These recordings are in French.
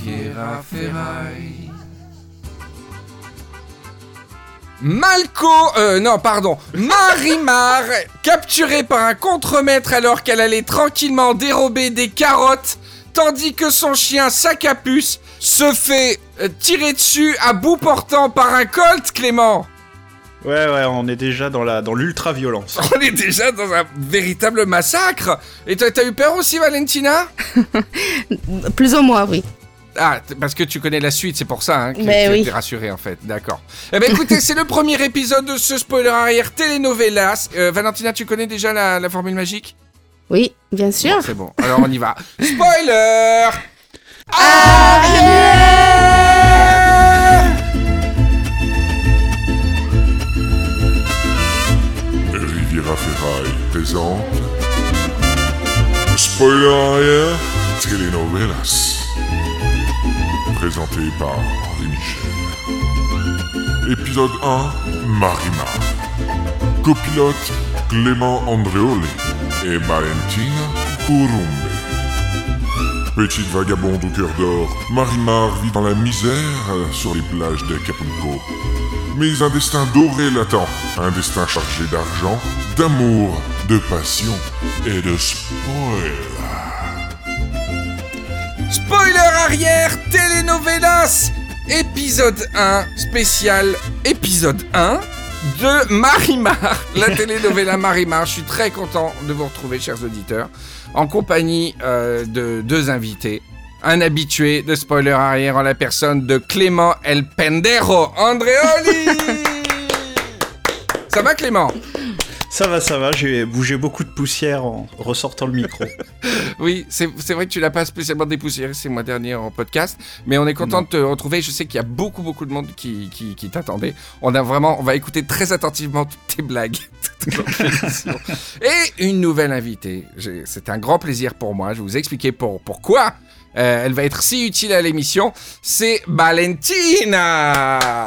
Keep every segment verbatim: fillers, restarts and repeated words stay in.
Riviera Ferraille. Malco, euh, non, pardon, Marimar, capturée par un contremaître alors qu'elle allait tranquillement dérober des carottes, tandis que son chien sac à puce se fait euh, tirer dessus à bout portant par un colt, Clément. Ouais, ouais, on est déjà dans la dans l'ultra-violence. On est déjà dans un véritable massacre. Et toi, t'as eu peur aussi, Valentina? Plus ou moins, oui. Ah, parce que tu connais la suite, c'est pour ça hein, que Mais tu oui. étais rassuré en fait, d'accord. Eh ben écoutez, c'est le premier épisode de ce spoiler arrière telenovelas. Euh, Valentina, tu connais déjà la, la formule magique? Oui, bien sûr. Bon, c'est bon, alors on y va. Spoiler Arrière. Riviera Ferraille présente Spoiler arrière telenovelas. Présenté par Henri Michel. Épisode un, Marimar. Copilote Clément Andreoli et Valentina Curumbe. Petite vagabonde au cœur d'or, Marimar vit dans la misère sur les plages d'Acapulco. Mais un destin doré l'attend, un destin chargé d'argent, d'amour, de passion et de spoil. Spoiler arrière telenovelas épisode un, spécial épisode un de Marimar, la telenovela Marimar. Je suis très content de vous retrouver, chers auditeurs, en compagnie euh, de deux invités. Un habitué de Spoiler arrière en la personne de Clément El Pendejo Andreoli. Ça va, Clément? Ça va, ça va, j'ai bougé beaucoup de poussière en ressortant le micro. Oui, c'est, c'est vrai que tu l'as pas spécialement dépoussiéré ces mois derniers en podcast, mais on est content de te retrouver. Je sais qu'il y a beaucoup, beaucoup de monde qui, qui, qui t'attendait. On a vraiment, on va écouter très attentivement toutes tes blagues. Et une nouvelle invitée. J'ai, c'est un grand plaisir pour moi. Je vais vous expliquer pour, pourquoi euh, elle va être si utile à l'émission. C'est Valentina.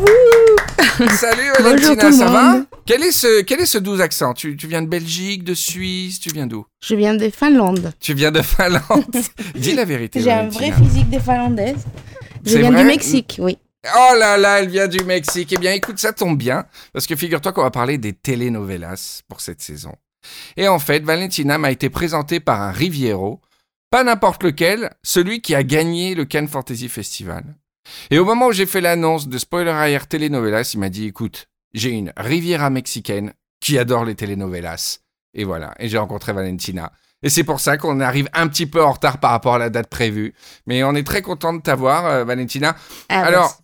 Salut Valentina, ça va? Quel est ce, quel est ce doux accent? tu, tu viens de Belgique, de Suisse, tu viens d'où? Je viens de Finlande. Tu viens de Finlande. Dis la vérité, J'ai Valentina. un vrai physique de Finlandaise. Je C'est viens vrai du Mexique, oui. Oh là là, elle vient du Mexique. Eh bien, écoute, ça tombe bien, parce que figure-toi qu'on va parler des telenovelas pour cette saison. Et en fait, Valentina m'a été présentée par un Riviero, pas n'importe lequel, celui qui a gagné le Cannes Fantasy Festival. Et au moment où j'ai fait l'annonce de Spoiler arrière telenovelas, il m'a dit, écoute, j'ai une Riviera mexicaine qui adore les telenovelas. Et voilà, et j'ai rencontré Valentina. Et c'est pour ça qu'on arrive un petit peu en retard par rapport à la date prévue. Mais on est très content de t'avoir, euh, Valentina. Ah, Alors,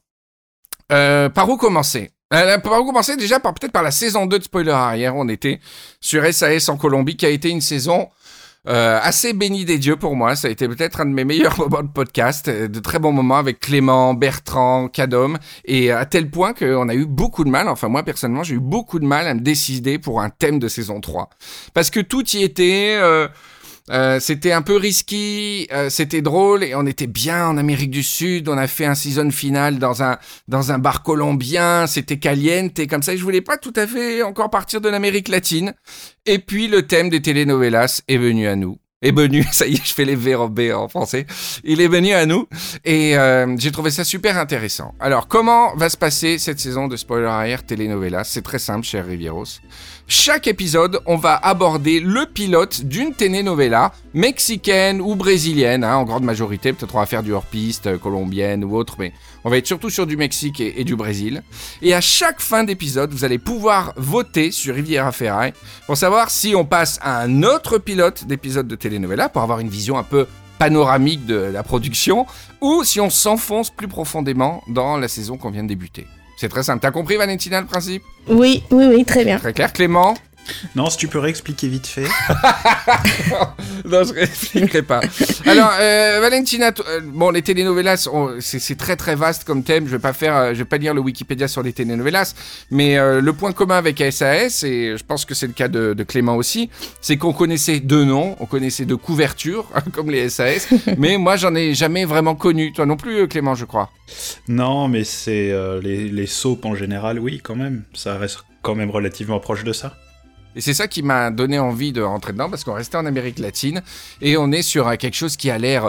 euh, par où commencer? euh, Par où commencer déjà par, peut-être par la saison deux de Spoiler arrière. On était sur S A S en Colombie, qui a été une saison euh, assez bénie des dieux pour moi. Ça a été peut-être un de mes meilleurs moments de podcast. De très bons moments avec Clément, Bertrand, Cadom. Et à tel point qu'on a eu beaucoup de mal, enfin moi personnellement, j'ai eu beaucoup de mal à me décider pour un thème de saison trois. Parce que tout y était... Euh, Euh, c'était un peu risqué, euh, c'était drôle et on était bien en Amérique du Sud. On a fait un season final dans un dans un bar colombien, c'était caliente et comme ça. Et je voulais pas tout à fait encore partir de l'Amérique latine. Et puis le thème des telenovelas est venu à nous. Est venu, ça y est, je fais les V B en français. Il est venu à nous et euh, j'ai trouvé ça super intéressant. Alors, comment va se passer cette saison de Spoiler arrière telenovelas? C'est très simple, cher Rivieros. Chaque épisode, on va aborder le pilote d'une telenovela mexicaine ou brésilienne, hein, en grande majorité. Peut-être on va faire du hors-piste, euh, colombienne ou autre, mais on va être surtout sur du Mexique et, et du Brésil. Et à chaque fin d'épisode, vous allez pouvoir voter sur Riviera Ferraille pour savoir si on passe à un autre pilote d'épisode de telenovela pour avoir une vision un peu panoramique de la production ou si on s'enfonce plus profondément dans la saison qu'on vient de débuter. C'est très simple. T'as compris, Valentina, le principe? Oui, oui, oui, très bien. Très clair. Clément? Non, si tu peux réexpliquer vite fait. Non, je ne réexpliquerai pas. Alors, euh, Valentina, t- euh, bon, les telenovelas, on, c'est, c'est très très vaste comme thème. Je vais pas faire, euh, je vais pas lire le Wikipédia sur les telenovelas, mais euh, le point commun avec S A S, et je pense que c'est le cas de, de Clément aussi, c'est qu'on connaissait deux noms, on connaissait deux couvertures, comme les S A S, mais moi j'en ai jamais vraiment connu. Toi non plus, Clément, je crois. Non, mais c'est euh, les, les soaps en général, oui, quand même. Ça reste quand même relativement proche de ça. Et c'est ça qui m'a donné envie de rentrer dedans, parce qu'on restait en Amérique latine, et on est sur euh, quelque chose qui a l'air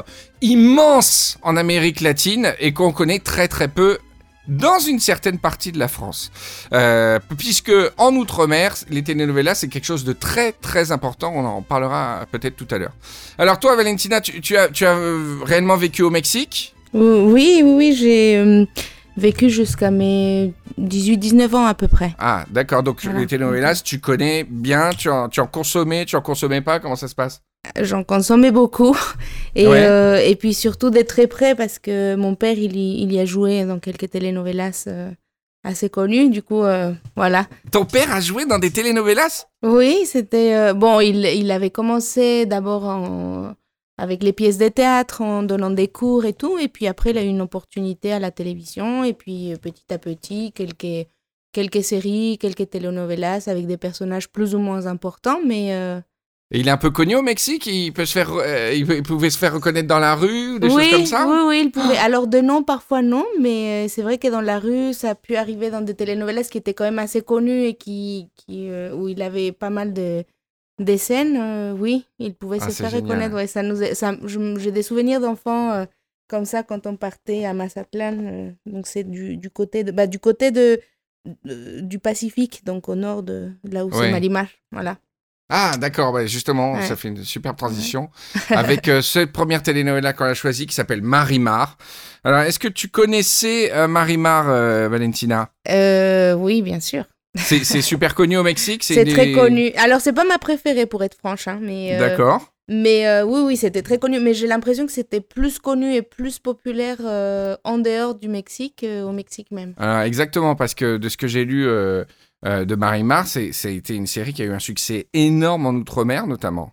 immense en Amérique latine, et qu'on connaît très très peu dans une certaine partie de la France. Euh, puisque en Outre-mer, les telenovelas, c'est quelque chose de très très important, on en parlera peut-être tout à l'heure. Alors toi, Valentina, tu, tu as, tu as réellement vécu au Mexique ? Oui, oui, oui, j'ai euh, vécu jusqu'à mes dix-huit dix-neuf ans à peu près. Ah, d'accord, donc Voilà. les telenovelas, tu connais bien, tu en, tu en consommais, tu en consommais pas, comment ça se passe ? J'en consommais beaucoup. Et, Ouais. euh, et puis surtout d'être très près parce que mon père, il y, il y a joué dans quelques telenovelas euh, assez connues. Du coup, euh, voilà. Ton père a joué dans des telenovelas ? Oui, c'était... euh, bon, il, il avait commencé d'abord en- avec les pièces de théâtre, en donnant des cours et tout. Et puis après, il a eu une opportunité à la télévision. Et puis euh, petit à petit, quelques, quelques séries, quelques telenovelas avec des personnages plus ou moins importants. Mais... euh, Et il est un peu connu au Mexique, il peut se faire, euh, il, peut- il pouvait se faire reconnaître dans la rue, des oui, choses comme ça. oui, oui, il pouvait. Alors de nom, parfois non, mais euh, c'est vrai que dans la rue, ça a pu arriver dans des telenovelas qui étaient quand même assez connues et qui, qui, euh, où il avait pas mal de, de scènes. euh, oui, il pouvait Ah, se c'est faire génial. reconnaître. Ouais, ça nous, est- ça, je- j'ai des souvenirs d'enfants euh, comme ça quand on partait à Mazatlán. euh, donc c'est du, du côté de, bah, du côté de, de- du Pacifique, donc au nord de là où Ouais. c'est Marimar. Voilà. Ah, d'accord, ouais, justement, Ouais. ça fait une super transition avec euh, cette première telenovela qu'on a choisie qui s'appelle Marimar. Alors, est-ce que tu connaissais euh, Marimar, euh, Valentina ? Euh, oui, bien sûr. C'est, c'est super connu au Mexique. C'est des- très connu. Alors, c'est pas ma préférée pour être franche, hein, mais. euh, D'accord. Mais euh, oui, oui, c'était très connu. Mais j'ai l'impression que c'était plus connu et plus populaire euh, en dehors du Mexique, euh, au Mexique même. Alors, exactement, parce que de ce que j'ai lu euh, euh, de Marimar, c'est, ça a été une série qui a eu un succès énorme en Outre-mer, notamment.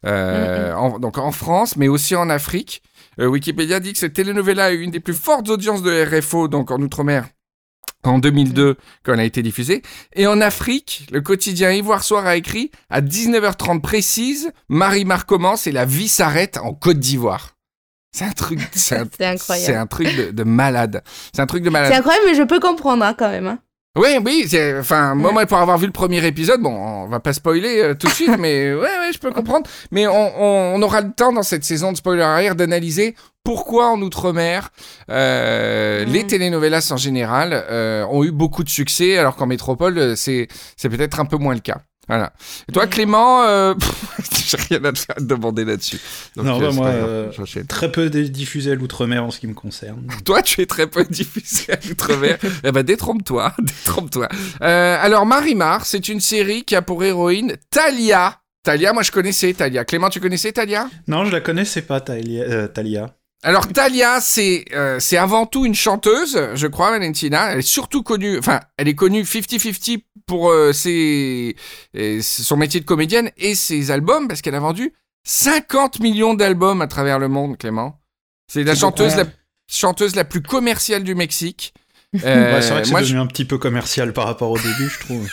Euh, en- donc en France, mais aussi en Afrique. Euh, Wikipédia dit que cette telenovela a eu une des plus fortes audiences de R F O, donc en Outre-mer, en deux mille deux, quand elle a été diffusée. Et en Afrique, le quotidien Ivoire Soir a écrit à dix-neuf heures trente précise, Marimar commence et la vie s'arrête en Côte d'Ivoire. C'est un truc, c'est un, C'est incroyable. c'est un truc de, de malade. C'est un truc de malade. C'est incroyable, mais je peux comprendre hein, quand même. Hein. Oui, oui, c'est, enfin, moi, moi, pour avoir vu le premier épisode, bon, on va pas spoiler euh, tout de suite, mais ouais, ouais, je peux comprendre. Mais on, on, on aura le temps dans cette saison de spoiler arrière d'analyser pourquoi en Outre-mer, euh, Mm. les telenovelas en général euh, ont eu beaucoup de succès, alors qu'en métropole, euh, c'est, c'est peut-être un peu moins le cas. Voilà. Et toi, Ouais. Clément, euh, j'ai rien à te faire demander là-dessus. Donc, Non, euh, bah, c'est moi, pas grave, euh, j'enchaîne. Très peu dé- diffusé à l'outre-mer en ce qui me concerne. Toi, tu es très peu diffusé à l'outre-mer. Eh ben, détrompe-toi, détrompe-toi. Euh, alors, Marimar, c'est une série qui a pour héroïne Talia. Talia, moi, je connaissais Talia. Clément, tu connaissais Talia ? Non, je la connaissais pas, Talia. euh, Talia. Alors, Talia, c'est euh, c'est avant tout une chanteuse, je crois, Valentina. Elle est surtout connue, enfin, elle est connue cinquante cinquante pour euh, ses, euh, son métier de comédienne et ses albums, parce qu'elle a vendu cinquante millions d'albums à travers le monde, Clément. C'est la C'est chanteuse la, beaucoup. chanteuse la plus commerciale du Mexique. Ouais, Euh, c'est vrai que c'est moi, devenu un petit peu commercial par rapport au début, je trouve.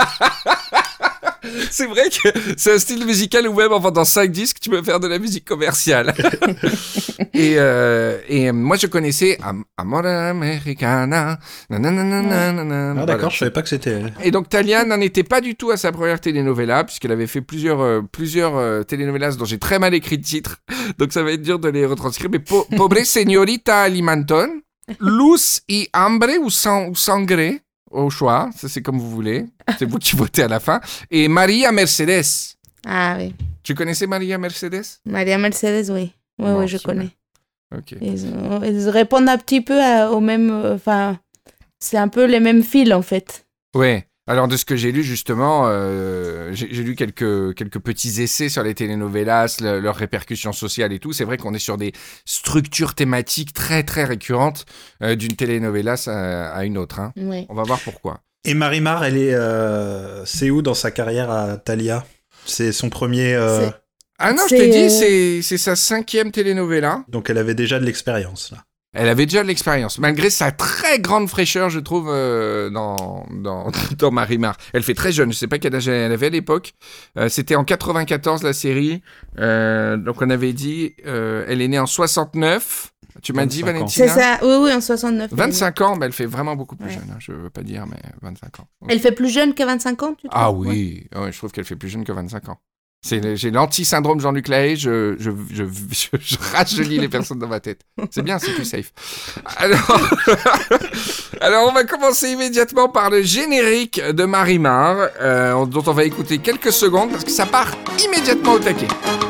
je- c'est vrai que c'est un style musical où même en vendant cinq disques, tu peux faire de la musique commerciale. et, euh, et moi, je connaissais Am- Amor Americana. nanana, nanana, Ah voilà. d'accord, je savais pas que c'était elle. Et donc, Talia n'en était pas du tout à sa première telenovela, puisqu'elle avait fait plusieurs, euh, plusieurs euh, telenovelas dont j'ai très mal écrit le titre. Donc, ça va être dur de les retranscrire. Mais po- Pobre Señorita Alimanton, Luz y Hambre ou, sang- ou Sangre, au choix. Ça, c'est comme vous voulez. C'est vous qui votez à la fin. Et Maria Mercedes. Ah oui. Tu connaissais Maria Mercedes ? Maria Mercedes, oui. Oui, Bon, oui, je super. connais. Ok. Ils, ont- ils répondent un petit peu à- au même... Enfin, c'est un peu les mêmes fils, en fait. Ouais. Alors, de ce que j'ai lu, justement, euh, j'ai, j'ai lu quelques, quelques petits essais sur les telenovelas, le- leurs répercussions sociales et tout. C'est vrai qu'on est sur des structures thématiques très, très récurrentes euh, d'une telenovelas à, à une autre. Hein. Oui. On va voir pourquoi. Et Marimar, elle est... euh, c'est où dans sa carrière à Talia ? C'est son premier... euh, C'est- Ah non, je C'est, t'ai dit, euh, c'est, c'est sa cinquième telenovela. Donc elle avait déjà de l'expérience, là. Elle avait déjà de l'expérience, malgré sa très grande fraîcheur, je trouve, euh, dans, dans, dans Marimar. Elle fait très jeune, je sais pas quel âge elle avait à l'époque. Euh, c'était en quatre-vingt-quatorze, la série. Euh, donc on avait dit, euh, elle est née en soixante-neuf. Tu m'as dit, vingt-cinq ans. Valentina? C'est ça, oui, oui, en soixante-neuf. vingt-cinq ans, mais elle fait vraiment beaucoup plus Ouais. jeune. Hein. Je veux pas dire, mais vingt-cinq ans. Elle fait plus jeune que vingt-cinq ans, tu trouves? Ah oui, ouais, je trouve qu'elle fait plus jeune que vingt-cinq ans. C'est, j'ai l'anti-syndrome Jean-Luc Lahaye, je, je, je, je, je rajeunis les personnes dans ma tête. C'est bien, c'est plus safe. Alors, alors, on va commencer immédiatement par le générique de Marimar, euh, dont on va écouter quelques secondes, parce que ça part immédiatement au taquet.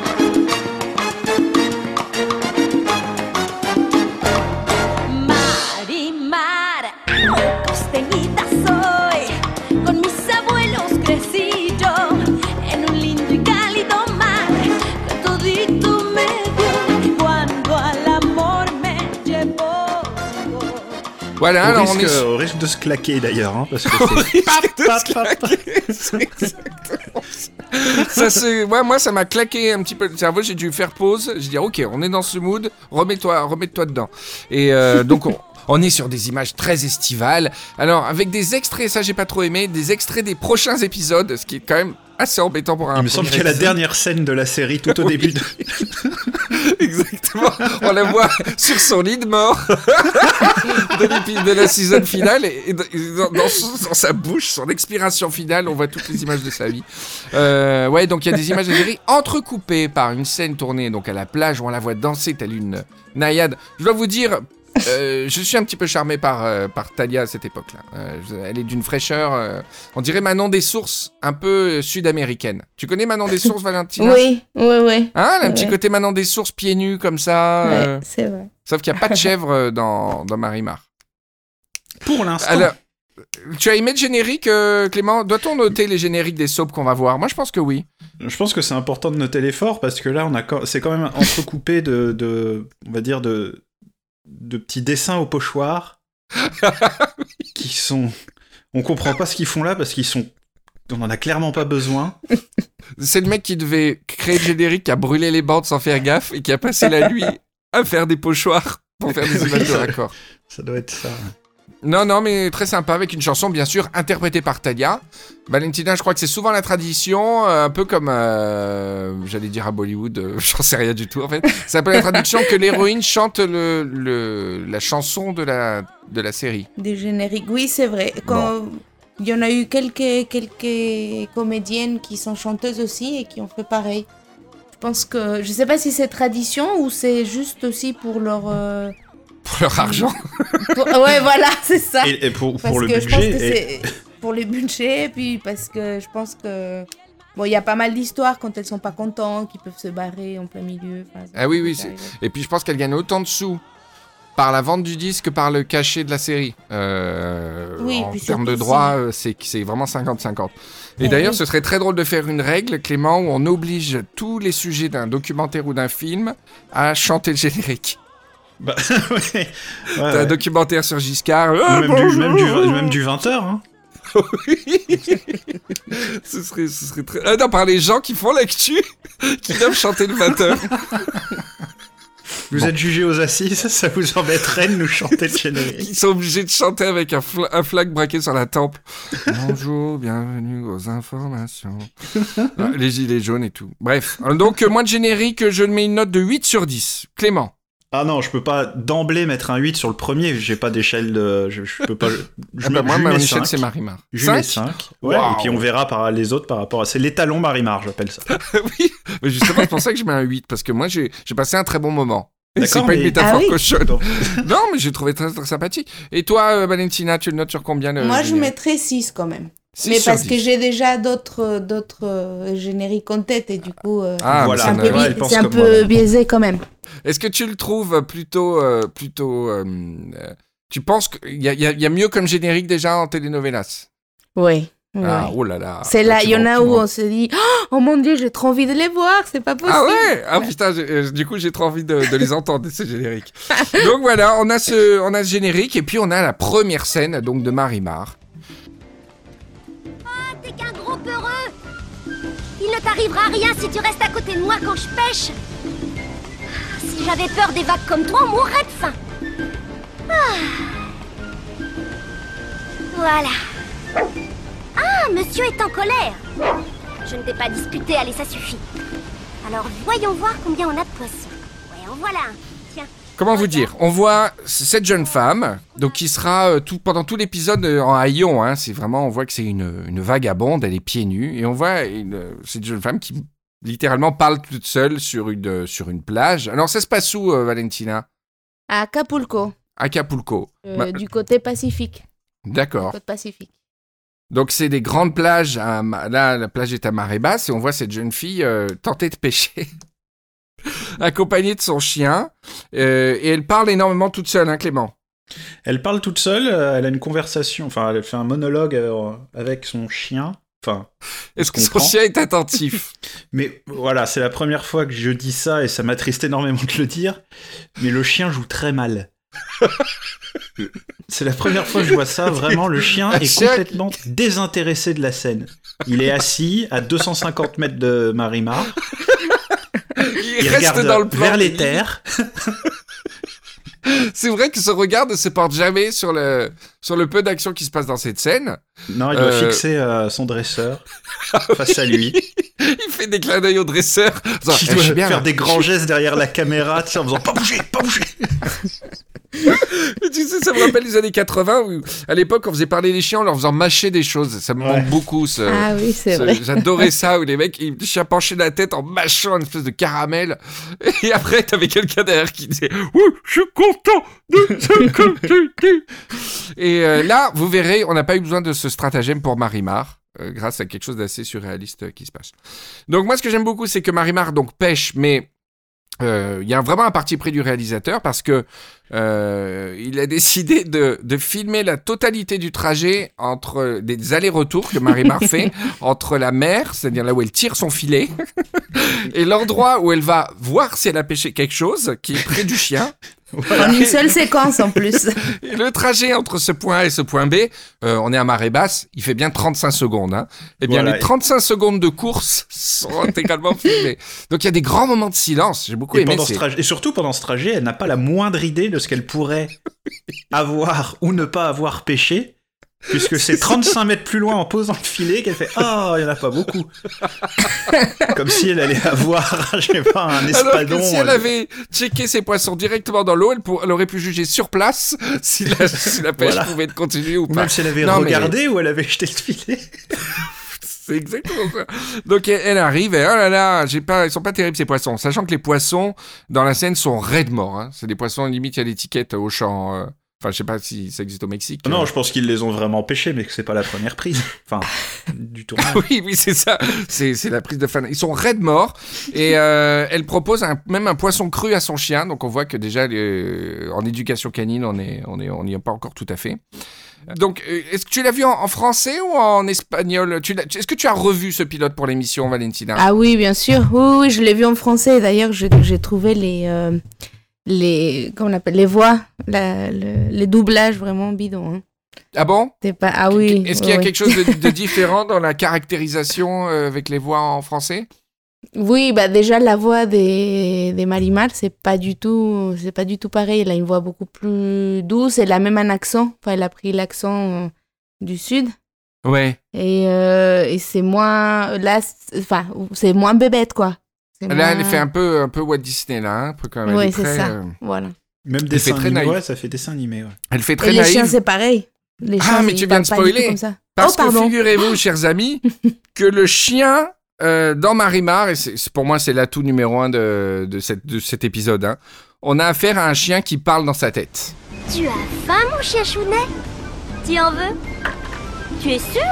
Marimar, costeñita soy, con mis abuelos crecí yo, en un lindo y cálido mar, que todito me dio, cuando al amor me llevó. Voilà, Au, alors risque, on est sur... au risque de se claquer d'ailleurs, hein, parce que Au c'est... risque de se claquer. C'est exactement ça. Ça, c'est... Ouais, moi, ça m'a claqué un petit peu le cerveau. J'ai dû faire pause. J'ai dit, ok, on est dans ce mood. Remets-toi, remets-toi dedans. Et euh, donc, on, on est sur des images très estivales. Alors, avec des extraits, ça, j'ai pas trop aimé, des extraits des prochains épisodes, ce qui est quand même assez embêtant pour un. Il me semble qu'il y a la épisode. dernière scène de la série tout au Oui. début. De... Exactement. On la voit sur son lit de mort de, l'épi- de la saison finale et, et dans, dans son- dans sa bouche, son expiration finale, on voit toutes les images de sa vie. Euh, ouais, donc il y a des images de série entrecoupées par une scène tournée donc à la plage où on la voit danser telle une naïade. Je dois vous dire. Euh, je suis un petit peu charmé par, euh, par Talia à cette époque-là. Euh, je- elle est d'une fraîcheur. euh, on dirait Manon des Sources, un peu euh, sud-américaine. Tu connais Manon des Sources, Valentina? Oui, oui, oui. Hein, elle a un petit Ouais. côté Manon des Sources, pieds nus comme ça. euh, Ouais, c'est vrai. Sauf qu'il n'y a pas de chèvre euh, dans, dans Marimar. Pour l'instant. Alors, tu as aimé le générique, euh, Clément? Doit-on noter les génériques des soaps qu'on va voir? Moi, je pense que oui. Je pense que c'est important de noter l'effort parce que là, on a, co- c'est quand même entrecoupé de, de, on va dire de, de petits dessins au pochoir qui sont, on comprend pas ce qu'ils font là parce qu'ils sont, on en a clairement pas besoin. C'est le mec qui devait créer le générique, qui a brûlé les bandes sans faire gaffe et qui a passé la nuit à faire des pochoirs pour faire des images de raccord. Ça doit être ça. Non, non, mais très sympa, avec une chanson, bien sûr, interprétée par Talia. Valentina, je crois que c'est souvent la tradition, euh, un peu comme, euh, j'allais dire à Bollywood, euh, j'en sais rien du tout, en fait. C'est un peu la tradition que l'héroïne chante le, le, la chanson de la, de la série. Des génériques, oui, c'est vrai. Quand... Il y en a eu quelques, quelques comédiennes qui sont chanteuses aussi et qui ont fait pareil. Je pense que... Je sais pas si c'est tradition ou c'est juste aussi pour leur... euh, Pour leur argent. pour- Ouais, voilà, c'est ça. Et, et pour, Parce pour le que je pense que budget, et- c'est pour les budgets, puis parce que je pense que... Bon, il y a pas mal d'histoires quand elles sont pas contentes, qui peuvent se barrer en plein milieu. Enfin, ça Ah oui, peut oui, c'est- arriver. Et puis je pense qu'elle gagne autant de sous par la vente du disque que par le cachet de la série. Euh, Oui, en puis termes de surtout droit, si- euh, c'est, c'est vraiment cinquante cinquante. Et Eh d'ailleurs, oui. ce serait très drôle de faire une règle, Clément, où on oblige tous les sujets d'un documentaire ou d'un film à chanter le générique. bah, ouais, ouais, T'as un ouais. documentaire sur Giscard. Ah, Même, du, bonjour. même, du, même du vingt heures. Hein. ce serait, ce serait très... Ah non, par les gens qui font l'actu, qui doivent chanter le vingt heures. Vous Bon. êtes jugé aux assises, ça vous embêterait de nous chanter le générique. Ils sont obligés de chanter avec un, fla- un flag braqué sur la tempe. Bonjour, bienvenue aux informations. Ah, les gilets jaunes et tout. Bref, donc euh, moi de générique, je mets une note de huit sur dix. Clément. Ah non, je peux pas d'emblée mettre un huit sur le premier, j'ai pas d'échelle de... Je, je peux pas... Je, Ah bah, mets- moi, je ma mets échelle, cinq. c'est Marimar. Je mets cinq. cinq. Ouais, Waouh. et puis on verra par les autres par rapport à... C'est l'étalon Marimar, j'appelle ça. Oui, mais justement, c'est pour ça que je mets un huit, parce que moi, j'ai, j'ai passé un très bon moment. Et c'est D'accord, pas une mais- métaphore Ah oui. cochonne. Donc, Non, mais j'ai trouvé très, très sympathique. Et toi, euh, Valentina, tu le notes sur combien le Moi, je générique? mettrais six quand même. six Mais sur parce dix. que j'ai déjà d'autres d'autres euh, génériques en tête et du coup, euh, Ah, Voilà, c'est un mais peu, ça ouais, ne- elle bi- pense c'est un comme peu moi, là. biaisé quand même. Est-ce que tu le trouves plutôt... euh, plutôt euh, euh, tu penses qu'il y a, il y, a, il y a mieux comme générique déjà en telenovelas? Oui. Ouais. Ah, oh là là. C'est là, Tu il y en vends- a tu où vends- on se dit oh mon dieu, j'ai trop envie de les voir, c'est pas possible. Ah ouais. Ah putain, j'ai- euh, du coup j'ai trop envie de, de les entendre ces génériques. Donc voilà, on a ce, on a ce générique et puis on a la première scène donc de Marimar. Ah, t'es qu'un gros peureux. Il ne t'arrivera rien si tu restes à côté de moi quand je pêche. Si j'avais peur des vagues comme toi, on mourrait de faim. Ah. Voilà. Ah, monsieur est en colère. Je ne t'ai pas disputé, allez, ça suffit. Alors, voyons voir combien on a de poissons. Ouais, en voilà un. Comment vous dire ? On voit cette jeune femme, donc qui sera euh, tout, pendant tout l'épisode euh, en haillons. Hein, c'est vraiment, on voit que c'est une, une vagabonde, elle est pieds nus, et on voit une, cette jeune femme qui littéralement parle toute seule sur une, sur une plage. Alors ça se passe où, euh, Valentina ? À Acapulco, Acapulco. euh, Bah, du côté Pacifique. D'accord. Côte Pacifique. Donc c'est des grandes plages. À, là, la plage est à marée basse et on voit cette jeune fille euh, tenter de pêcher, accompagnée de son chien. Euh, et elle parle énormément toute seule, hein, Clément. Elle parle toute seule, euh, elle a une conversation, enfin, elle fait un monologue euh, avec son chien. Enfin, Est-ce que je son comprends. chien est attentif ? Mais voilà, c'est la première fois que je dis ça et ça m'attriste énormément de le dire. Mais le chien joue très mal. C'est la première fois que je vois ça, vraiment, le chien Un est chien complètement désintéressé de la scène. Il est assis à deux cent cinquante mètres de Marimar, Il, il reste regarde dans le plan. vers les terres. C'est vrai que ce regard ne se porte jamais sur le, sur le peu d'action qui se passe dans cette scène. Non, il doit Euh, fixer euh, son dresseur face à lui. Il fait des clins d'œil au dresseur. Genre, Il eh, doit je suis bien, faire là. des grands gestes derrière la caméra, tu sais, en faisant « pas bouger, pas bouger !» Mais tu sais, ça me rappelle les années quatre-vingts où, à l'époque, on faisait parler les chiens en leur faisant mâcher des choses. Ça me Ouais. manque beaucoup, ce... Ah oui, c'est ce- vrai. J'adorais ça, où les mecs, ils, le chien penchait la tête en mâchant une espèce de caramel. Et après, t'avais quelqu'un derrière qui disait « Oui, je suis content de ce que tu dis !» Et euh, là, vous verrez, on n'a pas eu besoin de ce stratagème pour Marimar. euh, grâce à quelque chose d'assez surréaliste euh, qui se passe. Donc moi, ce que j'aime beaucoup, c'est que Marimar donc pêche, mais il euh, y a vraiment un parti pris du réalisateur parce que euh, il a décidé de, de filmer la totalité du trajet entre des allers-retours que Marimar fait entre la mer, c'est-à-dire là où elle tire son filet, et l'endroit où elle va voir si elle a pêché quelque chose, qui est près du chien. En une seule séquence en plus. Et le trajet entre ce point A et ce point B, euh, on est à marée basse, il fait bien trente-cinq secondes. Hein. Eh bien, Voilà. les trente-cinq secondes de course sont également filmées. Donc, il y a des grands moments de silence. J'ai beaucoup Et, aimé. pendant c'est- ce trajet- et surtout pendant ce trajet, elle n'a pas la moindre idée de ce qu'elle pourrait avoir ou ne pas avoir pêché, puisque c'est trente-cinq mètres plus loin en posant le filet qu'elle fait « Ah, il n'y en a pas beaucoup !» Comme si elle allait avoir, je sais pas, un Alors espadon. que si elle avait checké ses poissons directement dans l'eau, elle, pour- elle aurait pu juger sur place si la, si la pêche Voilà. pouvait être continuée ou Ou pas. même si elle avait Non, mais- regardé ou elle avait jeté le filet. C'est exactement ça. Donc elle, elle arrive et oh là là, j'ai pas, ils sont pas terribles ces poissons. Sachant que les poissons dans la scène sont raides morts. Hein. C'est des poissons limite il y a l'étiquette au champ. euh, Enfin, je sais pas si ça existe au Mexique. Non, euh. je pense qu'ils les ont vraiment pêchés, mais que c'est pas la première prise. Enfin, du tournage. Oui, oui, c'est ça. C'est, c'est la prise de fan. Ils sont raides morts et euh, elle propose un- même un poisson cru à son chien. Donc on voit que déjà les- en éducation canine, on est, on est, on n'y est pas encore tout à fait. Donc, euh, est-ce que tu l'as vu en, en français ou en espagnol? Tu l'as- Est-ce que tu as revu ce pilote pour l'émission, Valentina? Ah oui, bien sûr. Oui, oui, je l'ai vu en français. D'ailleurs, j'ai j'ai trouvé les, euh, les, comment on appelle, les voix, la- le- les doublages vraiment bidons. Hein. Ah bon? C'est pas, ah oui. Est-ce qu'il y a ouais, quelque chose de, de différent dans la caractérisation euh, avec les voix en français? Oui, bah déjà la voix des, des Marimar, c'est pas du tout, c'est pas du tout pareil. Elle a une voix beaucoup plus douce. Elle a même un accent. Enfin, elle a pris l'accent euh, du sud. Ouais. Et, euh, et c'est moins, là, c'est- enfin, c'est moins bébête quoi. C'est Là, moins- elle fait un peu, un peu Walt Disney, là. hein, Un peu quand même. Elle Ouais, est c'est très, ça. euh, Voilà. Même fait dessin très animé, naïf. ouais, ça fait dessin animé, ouais. Elle fait Et très les chiens, naïve. c'est pareil. Les Ah, chiens, mais ils tu viens de parlent pas du tout spoiler. comme ça. Parce Oh, que pardon. figurez-vous, chers amis, que le chien euh, dans Marimar, et c'est, c'est- pour moi c'est l'atout numéro un de, de, cette, de cet épisode, hein, on a affaire à un chien qui parle dans sa tête. Tu as faim, mon chien chounet? Tu en veux? Tu es sûr?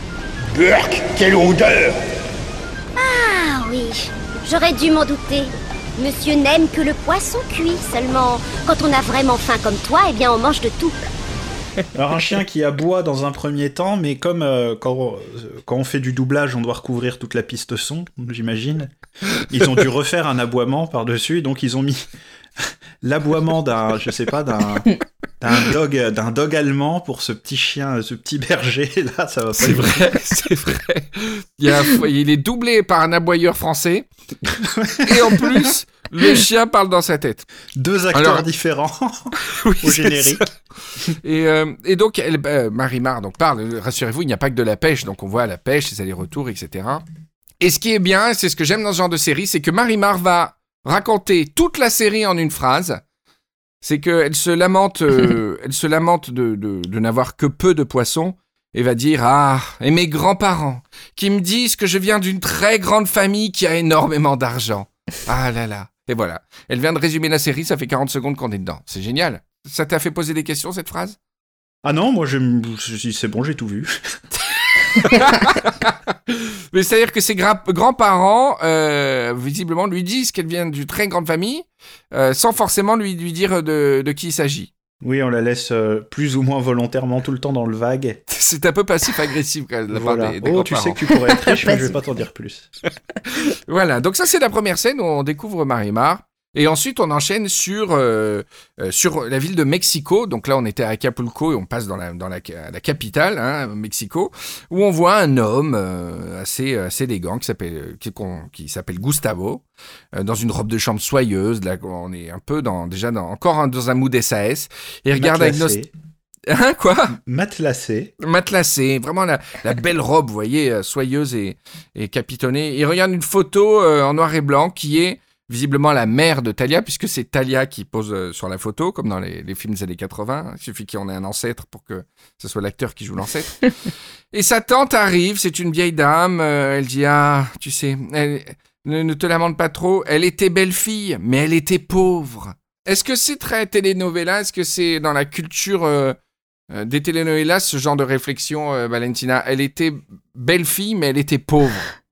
Burk, quelle odeur! Ah oui, j'aurais dû m'en douter. Monsieur n'aime que le poisson cuit. Seulement, quand on a vraiment faim comme toi, eh bien on mange de tout. Alors un chien qui aboie dans un premier temps, mais comme euh, quand, euh, quand on fait du doublage, on doit recouvrir toute la piste son, j'imagine. Ils ont dû refaire un aboiement par-dessus, donc ils ont mis l'aboiement d'un, je sais pas, d'un, d'un dog, d'un dog allemand pour ce petit chien, ce petit berger. Là, ça va pas. C'est être- vrai, c'est vrai. Il, y a un- il est doublé par un aboyeur français, et en plus, le chien parle dans sa tête. Deux acteurs Alors- différents Oui, au c'est générique. ça. Et, euh, et donc, elle, euh, Marimar donc, parle, rassurez-vous, il n'y a pas que de la pêche, donc on voit la pêche, les allers-retours, et cetera. Et ce qui est bien, c'est ce que j'aime dans ce genre de série, c'est que Marimar va raconter toute la série en une phrase, C'est qu'elle se lamente, euh, elle se lamente de, de, de n'avoir que peu de poissons et va dire « Ah, et mes grands-parents qui me disent que je viens d'une très grande famille qui a énormément d'argent. Ah là là. » Et voilà. Elle vient de résumer la série, ça fait quarante secondes qu'on est dedans. C'est génial. Ça t'a fait poser des questions, cette phrase ? Ah non, moi, je, je, c'est bon, j'ai tout vu. Mais c'est-à-dire que ses gra- grands-parents, euh, visiblement, lui disent qu'elle vient d'une très grande famille, euh, sans forcément lui, lui dire de, de qui il s'agit. Oui, on la laisse euh, plus ou moins volontairement tout le temps dans le vague. C'est un peu passif-agressif quand même de la part Voilà. des, des Oh, tu grands-parents. sais que tu pourrais être riche, mais je vais pas t'en dire plus. Voilà, donc ça c'est la première scène où on découvre Marimar. Et ensuite, on enchaîne sur, euh, euh, sur la ville de Mexico. Donc là, on était à Acapulco et on passe dans la, dans la, la capitale, hein, Mexico, où on voit un homme euh, assez, assez élégant qui s'appelle, qui, qui s'appelle Gustavo, euh, dans une robe de chambre soyeuse. Là, on est un peu dans, déjà dans, encore dans un mood S A S. Et regarde avec nos... Hein, quoi ? Matelassé. Matelassé, vraiment la, la belle robe, vous voyez, euh, soyeuse et, et capitonnée. Il regarde une photo euh, en noir et blanc qui est visiblement la mère de Talia, puisque c'est Talia qui pose euh, sur la photo, comme dans les, les films des années quatre-vingts. Il suffit qu'il y en ait un ancêtre pour que ce soit l'acteur qui joue l'ancêtre. Et sa tante arrive, c'est une vieille dame. Euh, elle dit « Ah, tu sais, elle, ne, ne te lamente pas trop, elle était belle fille, mais elle était pauvre. » Est-ce que c'est très telenovela ? Est-ce que c'est dans la culture euh, euh, des telenovelas, ce genre de réflexion, euh, Valentina ? Elle était belle fille, mais elle était pauvre.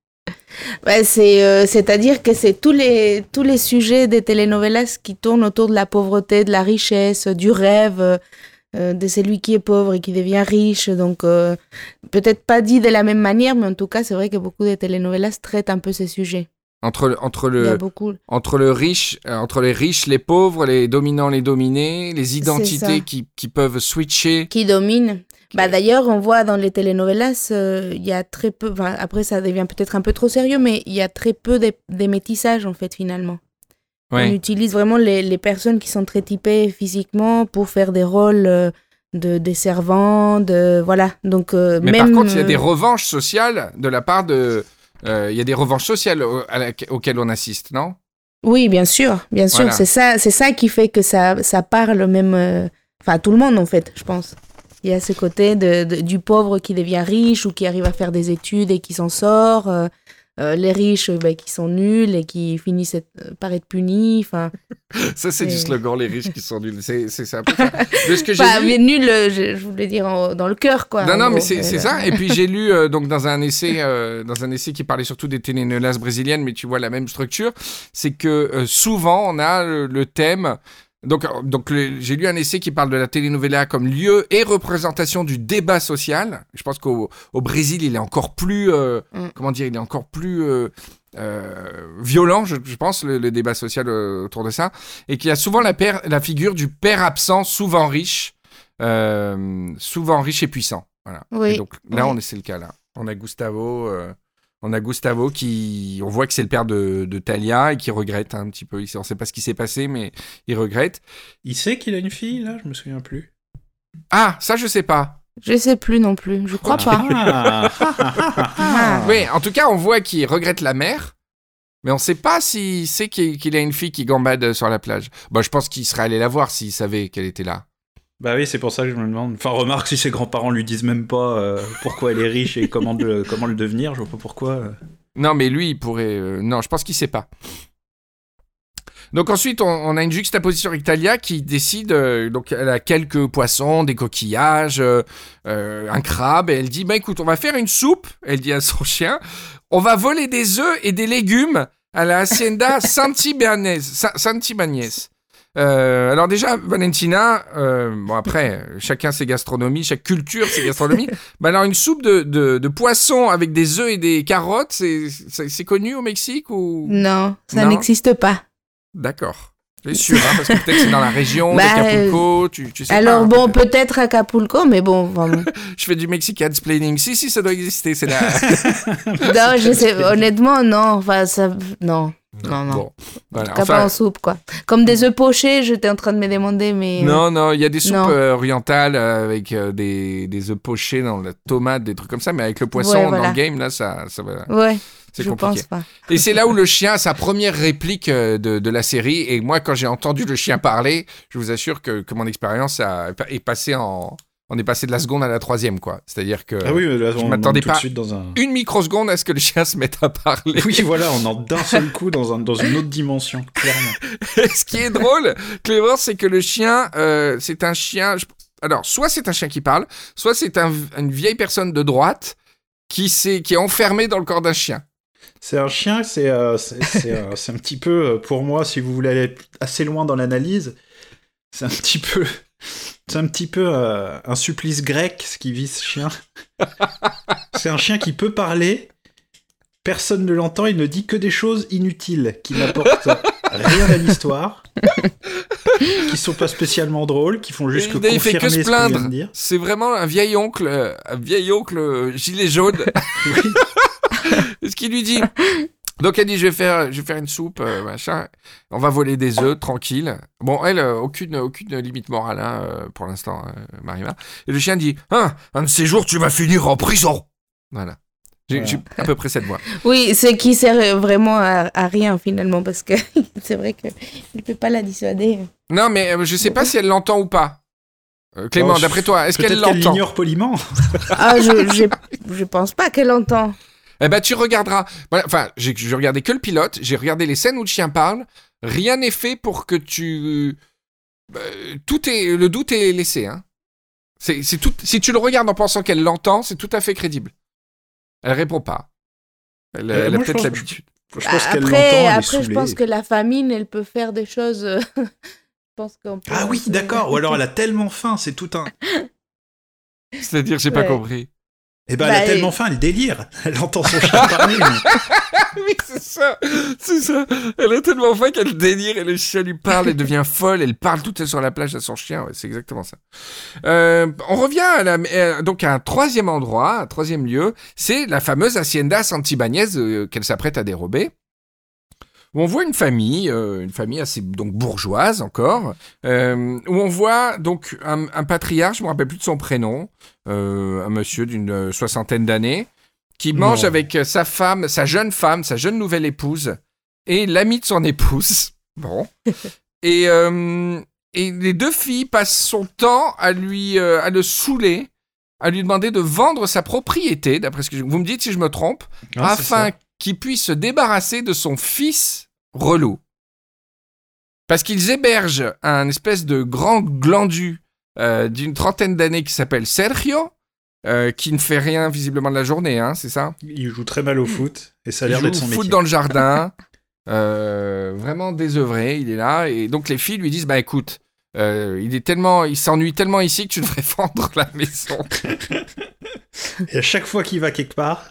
Ouais, c'est, euh, c'est-à-dire que c'est tous les, tous les sujets des telenovelas qui tournent autour de la pauvreté, de la richesse, du rêve, euh, de celui qui est pauvre et qui devient riche. Donc, euh, peut-être pas dit de la même manière, mais en tout cas, c'est vrai que beaucoup de telenovelas traitent un peu ces sujets. Entre, entre, le, Il y a beaucoup. entre, le riche, euh, entre les riches, les pauvres, les dominants, les dominés, les identités qui, qui peuvent switcher. Qui dominent. Bah, d'ailleurs, on voit dans les telenovelas, il euh, y a très peu, enfin, après ça devient peut-être un peu trop sérieux, mais il y a très peu de, de métissage en fait finalement. Ouais. On utilise vraiment les, les personnes qui sont très typées physiquement pour faire des rôles euh, de, de servants, de, voilà. Donc, euh, mais même, par contre, il y a des revanches sociales de la part de... Il euh, y a des revanches sociales au, à la, auxquelles on assiste, non ? Oui, bien sûr, bien sûr. Voilà. C'est ça, c'est ça qui fait que ça, ça parle même... Enfin, euh, à tout le monde en fait, je pense. Il y a ce côté de, de, du pauvre qui devient riche ou qui arrive à faire des études et qui s'en sort. Euh, euh, les riches bah, qui sont nuls et qui finissent être, par être punis. Ça, c'est et... du slogan, les riches qui sont nuls. C'est, c'est, c'est un peu ça. De ce que j'ai bah, lu... mais nul, je, je voulais dire en, dans le cœur, quoi. Non, non, gros, mais c'est, c'est ça. Et puis j'ai lu euh, donc, dans, un essai, euh, dans un essai qui parlait surtout des telenovelas brésiliennes, mais tu vois la même structure. C'est que euh, souvent, on a le, le thème... Donc, donc le, j'ai lu un essai qui parle de la telenovela comme lieu et représentation du débat social. Je pense qu'au au Brésil, il est encore plus, euh, mm. comment dire, il est encore plus euh, euh, violent, je, je pense, le, le débat social euh, autour de ça. Et qu'il y a souvent la, père, la figure du père absent, souvent riche, euh, souvent riche et puissant. Voilà. Oui. Et donc là, oui. on est, c'est le cas là. On a Gustavo... Euh, On a Gustavo qui, on voit que c'est le père de, de Talia et qui regrette un petit peu. On ne sait pas ce qui s'est passé, mais il regrette. Il sait qu'il a une fille, là ? Je me souviens plus. Ah, ça, je sais pas. Je sais plus non plus. Je crois ah. pas. ah. Oui, en tout cas, on voit qu'il regrette la mère, mais on ne sait pas s'il sait qu'il, qu'il a une fille qui gambade sur la plage. Bon, je pense qu'il serait allé la voir s'il savait qu'elle était là. Bah oui, c'est pour ça que je me demande. Enfin, remarque si ses grands-parents lui disent même pas euh, pourquoi elle est riche et comment, de, comment le devenir, je vois pas pourquoi. Euh... Non, mais lui, il pourrait... Euh... Non, je pense qu'il sait pas. Donc ensuite, on, on a une juxtaposition avec Talia qui décide... Euh, donc elle a quelques poissons, des coquillages, euh, euh, un crabe, et elle dit, bah écoute, on va faire une soupe, elle dit à son chien, on va voler des œufs et des légumes à la hacienda Santibáñez. Santibáñez. Euh, alors déjà, Valentina, euh, bon après, chacun ses gastronomies, chaque culture ses gastronomies. Bah alors une soupe de, de, de poisson avec des œufs et des carottes, c'est, c'est, c'est connu au Mexique ou... Non, ça non n'existe pas. D'accord. C'est sûr, hein, parce que peut-être que c'est dans la région bah, d'Acapulco, tu, tu sais alors pas. Alors bon, peut-être. peut-être Acapulco, mais bon... Vraiment. Je fais du Mexicansplaining. Si, si, ça doit exister, c'est là. Non, je sais, honnêtement, non, enfin, ça... Non. Non, non. Bon, voilà. En tout cas, enfin, pas en soupe, quoi. Comme des œufs pochés, j'étais en train de me demander, mais... Non, non, il y a des soupes euh, orientales euh, avec euh, des, des œufs pochés dans la tomate, des trucs comme ça, mais avec le poisson ouais, voilà. dans le game, là, ça, ça va... Ouais. C'est je compliqué. pense pas. Et c'est là où le chien a sa première réplique euh, de, de la série. Et moi, quand j'ai entendu le chien parler, je vous assure que, que mon expérience a, est passée en... On est passé de la seconde à la troisième, quoi. C'est-à-dire que Ah oui, là, je on m'attendais monte tout pas de suite dans un... une microseconde à ce que le chien se mette à parler. Oui, voilà, on entre d'un seul coup dans, un, dans une autre dimension, clairement. Et ce qui est drôle, Clément, c'est que le chien, euh, c'est un chien... je- Alors, soit c'est un chien qui parle, soit c'est un, une vieille personne de droite qui, s'est, qui est enfermée dans le corps d'un chien. C'est un chien, c'est, euh, c'est, c'est, euh, c'est un petit peu, euh, pour moi, si vous voulez aller assez loin dans l'analyse, c'est un petit peu... C'est un petit peu euh, un supplice grec, ce qui vit ce chien. C'est un chien qui peut parler, personne ne l'entend, il ne dit que des choses inutiles, qui n'apportent rien à l'histoire, qui sont pas spécialement drôles, qui font juste que il fait confirmer que se ce qu'on vient plaindre. de dire. C'est vraiment un vieil oncle, euh, un vieil oncle euh, gilet jaune. Ce qui lui dit. Donc elle dit, je vais faire, je vais faire une soupe, euh, machin. On va voler des œufs, tranquille. Bon, elle, euh, aucune, aucune limite morale, hein, euh, pour l'instant, euh, Marima. Et le chien dit, hein, un de ces jours, tu vas finir en prison. Voilà. J'ai, Voilà. j'ai à peu près cette voix. Oui, ce qui sert vraiment à, à rien finalement, parce que c'est vrai qu'il ne peut pas la dissuader. Non, mais euh, je sais pas si elle l'entend ou pas. Euh, Clément, Oh, d'après toi, est-ce Peut-être qu'elle qu'elle l'entend? l'ignore poliment. Ah, je, je, je pense pas qu'elle entend. Eh ben, tu regarderas. Voilà, enfin, j'ai, j'ai regardé que le pilote, j'ai regardé les scènes où le chien parle. Rien n'est fait pour que tu. Euh, tout est. Le doute est laissé, hein. C'est, c'est tout... Si tu le regardes en pensant qu'elle l'entend, c'est tout à fait crédible. Elle répond pas. Elle, Euh, elle a moi, je peut-être pense- l'habitude. Je pense qu'elle l'entend, Après, elle est après je saoulée. pense que la famine, elle peut faire des choses. euh, je pense qu'on peut- Ah oui, d'accord, ou alors elle a tellement faim, c'est tout un... C'est-à-dire, j'ai pas Ouais. compris. Eh ben, Bah, elle a tellement et- faim, elle délire. Elle entend son chien parler. mais- Oui, c'est ça. C'est ça. Elle a tellement faim qu'elle délire et le chien lui parle, elle devient folle, elle parle toute seule sur la plage à son chien. Ouais, c'est exactement ça. Euh, on revient à la, euh, donc à un troisième endroit, un troisième lieu. C'est la fameuse Hacienda Santibáñez euh, qu'elle s'apprête à dérober. Où on voit une famille, euh, une famille assez donc bourgeoise encore, euh, où on voit donc un, un patriarche, je me rappelle plus de son prénom, euh, un monsieur d'une euh, soixantaine d'années, qui mange Non. avec sa femme, sa jeune femme, sa jeune nouvelle épouse, et l'ami de son épouse. Bon. et, euh, et les deux filles passent son temps à lui, euh, à le saouler, à lui demander de vendre sa propriété, d'après ce que je... vous me dites si je me trompe, Ah, c'est afin ça. qu'il puisse se débarrasser de son fils relou. Parce qu'ils hébergent un espèce de grand glandu euh, d'une trentaine d'années qui s'appelle Sergio, euh, qui ne fait rien visiblement de la journée, hein, c'est ça? Il joue très mal au foot, et ça a Il l'air joue d'être au son foot métier. dans le jardin, euh, vraiment désœuvré, il est là, et donc les filles lui disent, bah écoute, euh, il est tellement, il s'ennuie tellement ici que tu devrais vendre la maison. Et à chaque fois qu'il va quelque part,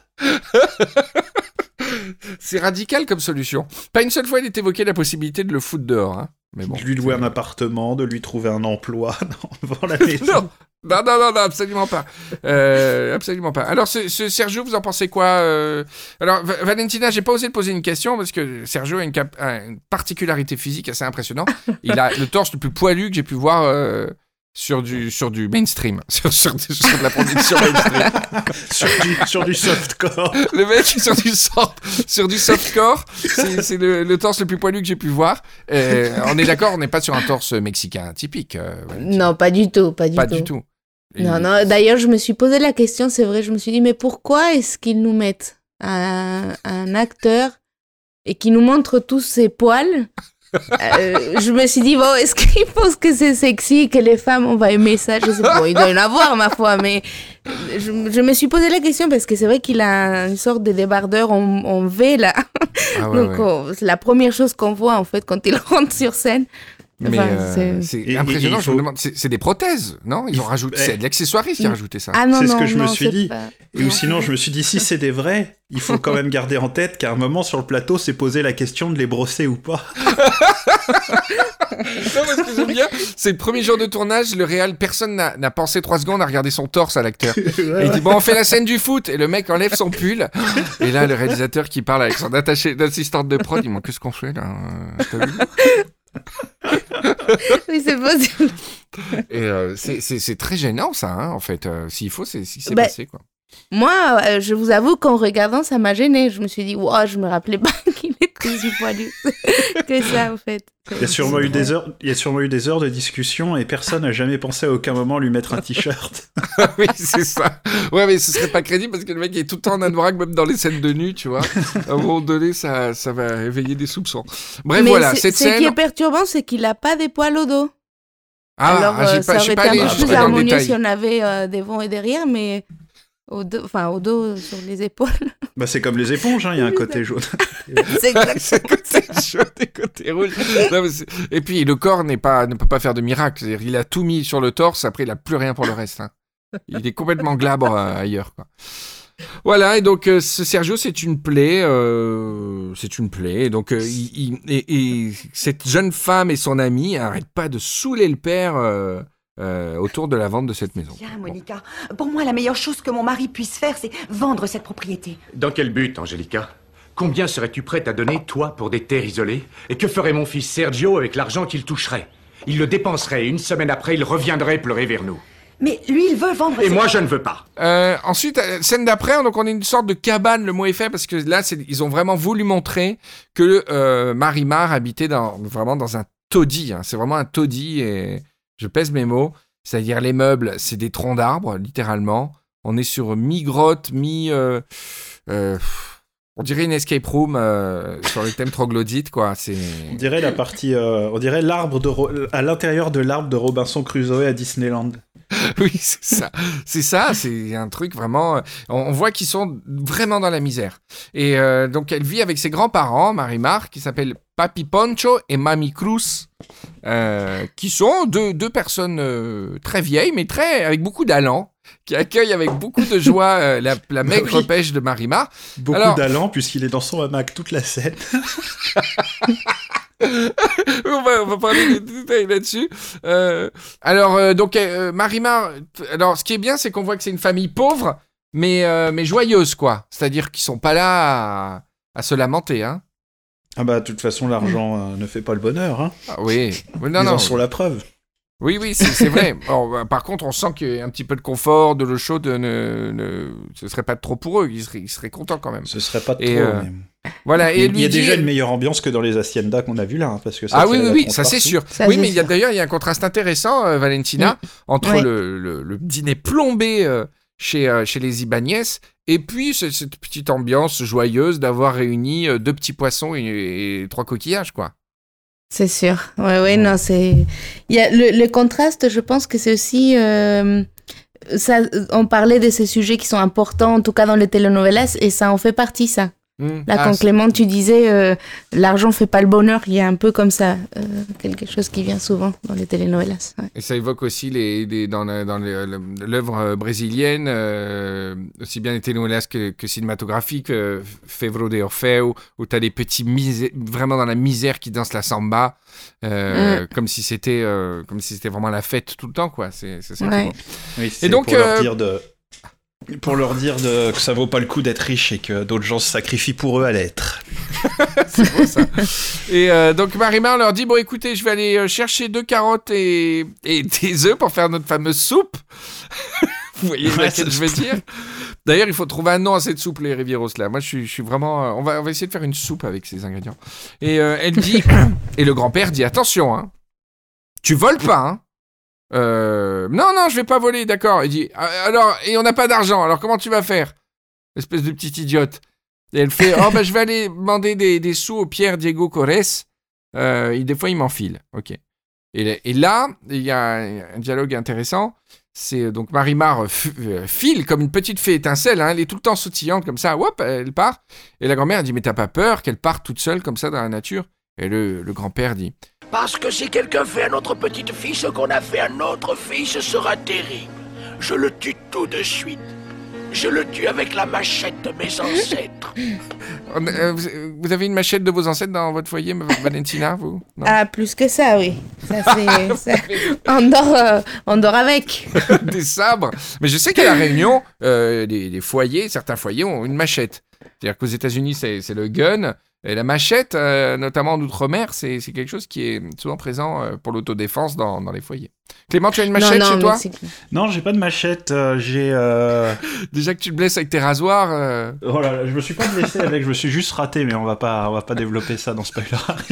C'est radical comme solution. Pas une seule fois il est évoqué la possibilité de le foutre dehors, hein. Mais bon. de lui louer un appartement, de lui trouver un emploi dans la maison. Non, non, non, non, non, absolument pas. Euh, absolument pas. Alors, ce, ce Sergio, vous en pensez quoi euh Alors, Va- Valentina, j'ai pas osé te poser une question parce que Sergio a une, cap- a une particularité physique assez impressionnante. Il a le torse le plus poilu que j'ai pu voir euh, sur, du, sur du mainstream, sur, sur, du- sur de la production mainstream. sur, du, sur du softcore. Le mec sur du soft, sur du softcore, c'est, c'est le, le torse le plus poilu que j'ai pu voir. Euh, on est d'accord, on n'est pas sur un torse mexicain typique. euh, Valentina. Non, pas du tout, pas du pas tout. du tout. Non, Il- non. D'ailleurs, je me suis posé la question, c'est vrai, je me suis dit, mais pourquoi est-ce qu'ils nous mettent un, un acteur et qui nous montre tous ses poils? Euh, je me suis dit, bon, est-ce qu'ils pensent que c'est sexy et que les femmes, on va aimer ça? Je sais pas, bon, il doit y en avoir, ma foi, mais je, je me suis posé la question parce que c'est vrai qu'il a une sorte de débardeur en, en V, là. Ah ouais, Donc, ouais. on- c'est la première chose qu'on voit, en fait, quand il rentre sur scène. Mais Enfin, euh, c'est- c'est Et- et- impressionnant, il je me faut- demande, c'est, c'est des prothèses, non? Ils ont rajouté, Eh. c'est de l'accessoiriste qui a rajouté ça. Ah non, C'est ce non, que je me non, suis c'est dit. pas- Et ou sinon, je me suis dit, si c'est des vrais, il faut quand même garder en tête qu'à un moment sur le plateau, s'est posé la question de les brosser ou pas. Non, parce que j'aime bien, c'est le premier jour de tournage, le réal, personne n'a, n'a pensé trois secondes à regarder son torse à l'acteur. Et il dit, bon, on fait la scène du foot, et le mec enlève son pull, et là, le réalisateur qui parle avec son attaché, d'assistante de prod, il dit, qu'est-ce qu'on fait là? Euh, t'as vu? Oui, c'est possible. Et euh, c'est, c'est, c'est très gênant, ça, hein, en fait. Euh, s'il faut, c'est ce qui s'est Bah, passé, quoi. Moi, euh, je vous avoue qu'en regardant, ça m'a gênée. Je me suis dit, wow, je me rappelais pas qu'il était si poilu que ça, en fait. Il y a sûrement eu des heures, il y a sûrement eu des heures de discussion et personne n'a jamais pensé à aucun moment lui mettre un t-shirt. Oui, c'est ça. Ouais, mais ce serait pas crédible parce que le mec est tout le temps en anorak, même dans les scènes de nu, tu vois. À un moment donné, ça, ça va éveiller des soupçons. Bref, mais voilà, c'est, cette ce scène. Ce qui est perturbant, c'est qu'il a pas des poils au dos. Ah, Alors, ah, j'ai euh, pas, ça j'ai aurait pas été allé un peu jusque plus dans le harmonieux détail. si on avait euh, devant et derrière, mais au dos, enfin au dos, sur les épaules. Bah c'est comme les éponges, hein, il y a un côté jaune. C'est exact. C'est côté chaud et côté rouge. Non, mais c'est- et puis le corps n'est pas, ne peut pas faire de miracle. C'est-à-dire, il a tout mis sur le torse, après il a plus rien pour le reste. Hein. Il est complètement glabre euh, ailleurs. Quoi. Voilà, et donc euh, ce Sergio, c'est une plaie. Euh, c'est une plaie. Et donc, euh, il, il- et, et cette jeune femme et son ami n'arrêtent pas de saouler le père euh, euh, autour de la vente de cette maison. Tiens, Monica, pour moi, la meilleure chose que mon mari puisse faire, c'est vendre cette propriété. Dans quel but, Angelica? Combien serais-tu prête à donner, toi, pour des terres isolées? Et que ferait mon fils Sergio avec l'argent qu'il toucherait? Il le dépenserait et une semaine après, il reviendrait pleurer vers nous. Mais lui, il veut vendre Et cette... moi, je ne veux pas. Euh, ensuite, euh, scène d'après, donc on est une sorte de cabane, le mot est fait, parce que là, c'est, ils ont vraiment voulu montrer que euh, Marimar habitait dans, vraiment dans un taudis. Hein. C'est vraiment un taudis, et je pèse mes mots. C'est-à-dire, les meubles, c'est des troncs d'arbres, littéralement. On est sur mi-grotte, mi... Euh, euh, on dirait une escape room euh, sur le thème troglodyte, quoi. C'est... On dirait la partie, euh, on dirait l'arbre de Ro- à l'intérieur de l'arbre de Robinson Crusoe à Disneyland. Oui, c'est ça. C'est ça, c'est un truc vraiment... On, on voit qu'ils sont vraiment dans la misère. Et euh, donc, elle vit avec ses grands-parents, Marimar, qui s'appellent Papi Poncho et Mami Cruz, euh, qui sont deux, deux personnes euh, très vieilles, mais très, avec beaucoup d'allant, qui accueillent avec beaucoup de joie euh, la, la maigre oui. pêche de Marimar. Beaucoup Alors- d'allant puisqu'il est dans son hamac toute la scène. on, va, on va parler des détails là-dessus. Euh, alors, euh, donc, euh, Marimar... Alors, ce qui est bien, c'est qu'on voit que c'est une famille pauvre, mais, euh, mais joyeuse, quoi. C'est-à-dire qu'ils sont pas là à, à se lamenter, hein. Ah bah de toute façon l'argent euh, ne fait pas le bonheur. Hein. Ah, oui. Oui, non, Ils non. en sont la preuve. Oui, oui, c'est, c'est vrai. Bon, bah, par contre, on sent qu'il y a un petit peu de confort, de l'eau chaude, ne, ne, ce serait pas trop pour eux. Ils seraient, ils seraient contents quand même. Ce serait pas trop. Et, euh, mais... Voilà. Et il lui y a dit... déjà une meilleure ambiance que dans les haciendas qu'on a vu là, hein, parce que ça Ah fait oui, oui, la oui, tronche ça c'est partout. sûr. Ça, oui, c'est mais il y a sûr. d'ailleurs il y a un contraste intéressant, euh, Valentina, entre Oui. le, le, le dîner plombé euh, chez, euh, chez les Ibanez et puis ce- cette petite ambiance joyeuse d'avoir réuni euh, deux petits poissons et, et trois coquillages, quoi. C'est sûr. Ouais, ouais, non, c'est. Il y a le, le contraste, je pense que c'est aussi. euh, Ça, on parlait de ces sujets qui sont importants, en tout cas dans les telenovelas, et ça en fait partie, ça. Mmh. Là, Ah, quand c'est- Clément, tu disais euh, l'argent fait pas le bonheur, il y a un peu comme ça, euh, quelque chose qui vient souvent dans les telenovelas. Ouais. Et ça évoque aussi les, les- dans, la- dans les- l'œuvre euh, brésilienne, euh, aussi bien les telenovelas que, que cinématographiques, euh, Fevro de Orfeu, où tu as des petits misé- vraiment dans la misère qui dansent la samba, euh, Mm. comme si c'était euh, comme si c'était vraiment la fête tout le temps, quoi. C'est, c'est ça qui est Ouais. beau. Oui, c'est Et donc, pour leur euh, dire de. Pour leur dire de... que ça vaut pas le coup d'être riche et que d'autres gens se sacrifient pour eux à l'être. C'est beau, ça. Et euh, donc Marimar leur dit, bon écoutez, je vais aller euh, chercher deux carottes et, et des œufs pour faire notre fameuse soupe. Vous voyez Ouais, laquelle c'est- je veux dire. D'ailleurs, il faut trouver un nom à cette soupe, les Rivieros là. Moi, je suis, je suis vraiment... euh, on, va, on va essayer de faire une soupe avec ces ingrédients. Et euh, elle dit... et le grand-père dit, attention, hein, tu voles pas, hein. Euh, non, non, je vais pas voler, d'accord. Il dit, ah, alors, et on n'a pas d'argent, alors comment tu vas faire? Espèce de petite idiote. Et elle fait, oh, bah, je vais aller demander des, des sous au Pierre Diego Corres. Euh, et des fois, il m'enfile. Ok. Et, et là, il y a un dialogue intéressant. C'est donc Marimar f- euh, file comme une petite fée étincelle. Hein, elle est tout le temps sautillante comme ça. Hop, elle part. Et la grand-mère dit, mais t'as pas peur qu'elle parte toute seule comme ça dans la nature? Et le, le grand-père dit, Parce que si quelqu'un fait à notre petite fille ce qu'on a fait à notre fille, ce sera terrible. Je le tue tout de suite. Je le tue avec la machette de mes ancêtres. On- euh, vous, vous avez une machette de vos ancêtres dans votre foyer, Valentina, vous? Non. Ah, plus que ça, oui. Ça, c'est, ça- On, dort, euh, on dort avec. Des sabres. Mais je sais qu'à La Réunion, euh, les, les foyers, certains foyers ont une machette. C'est-à-dire qu'aux États-Unis, c'est, c'est le gun. Et la machette, euh, notamment en Outre-mer, c'est, c'est quelque chose qui est souvent présent euh, pour l'autodéfense dans, dans les foyers. Clément, tu as une machette non, non, chez toi? c'est... Non, j'ai pas de machette. euh, j'ai. euh, Déjà que tu te blesses avec tes rasoirs. euh, Oh là là, je me suis pas blessé avec, je me suis juste raté, mais on va pas, on va pas développer ça dans Spoiler.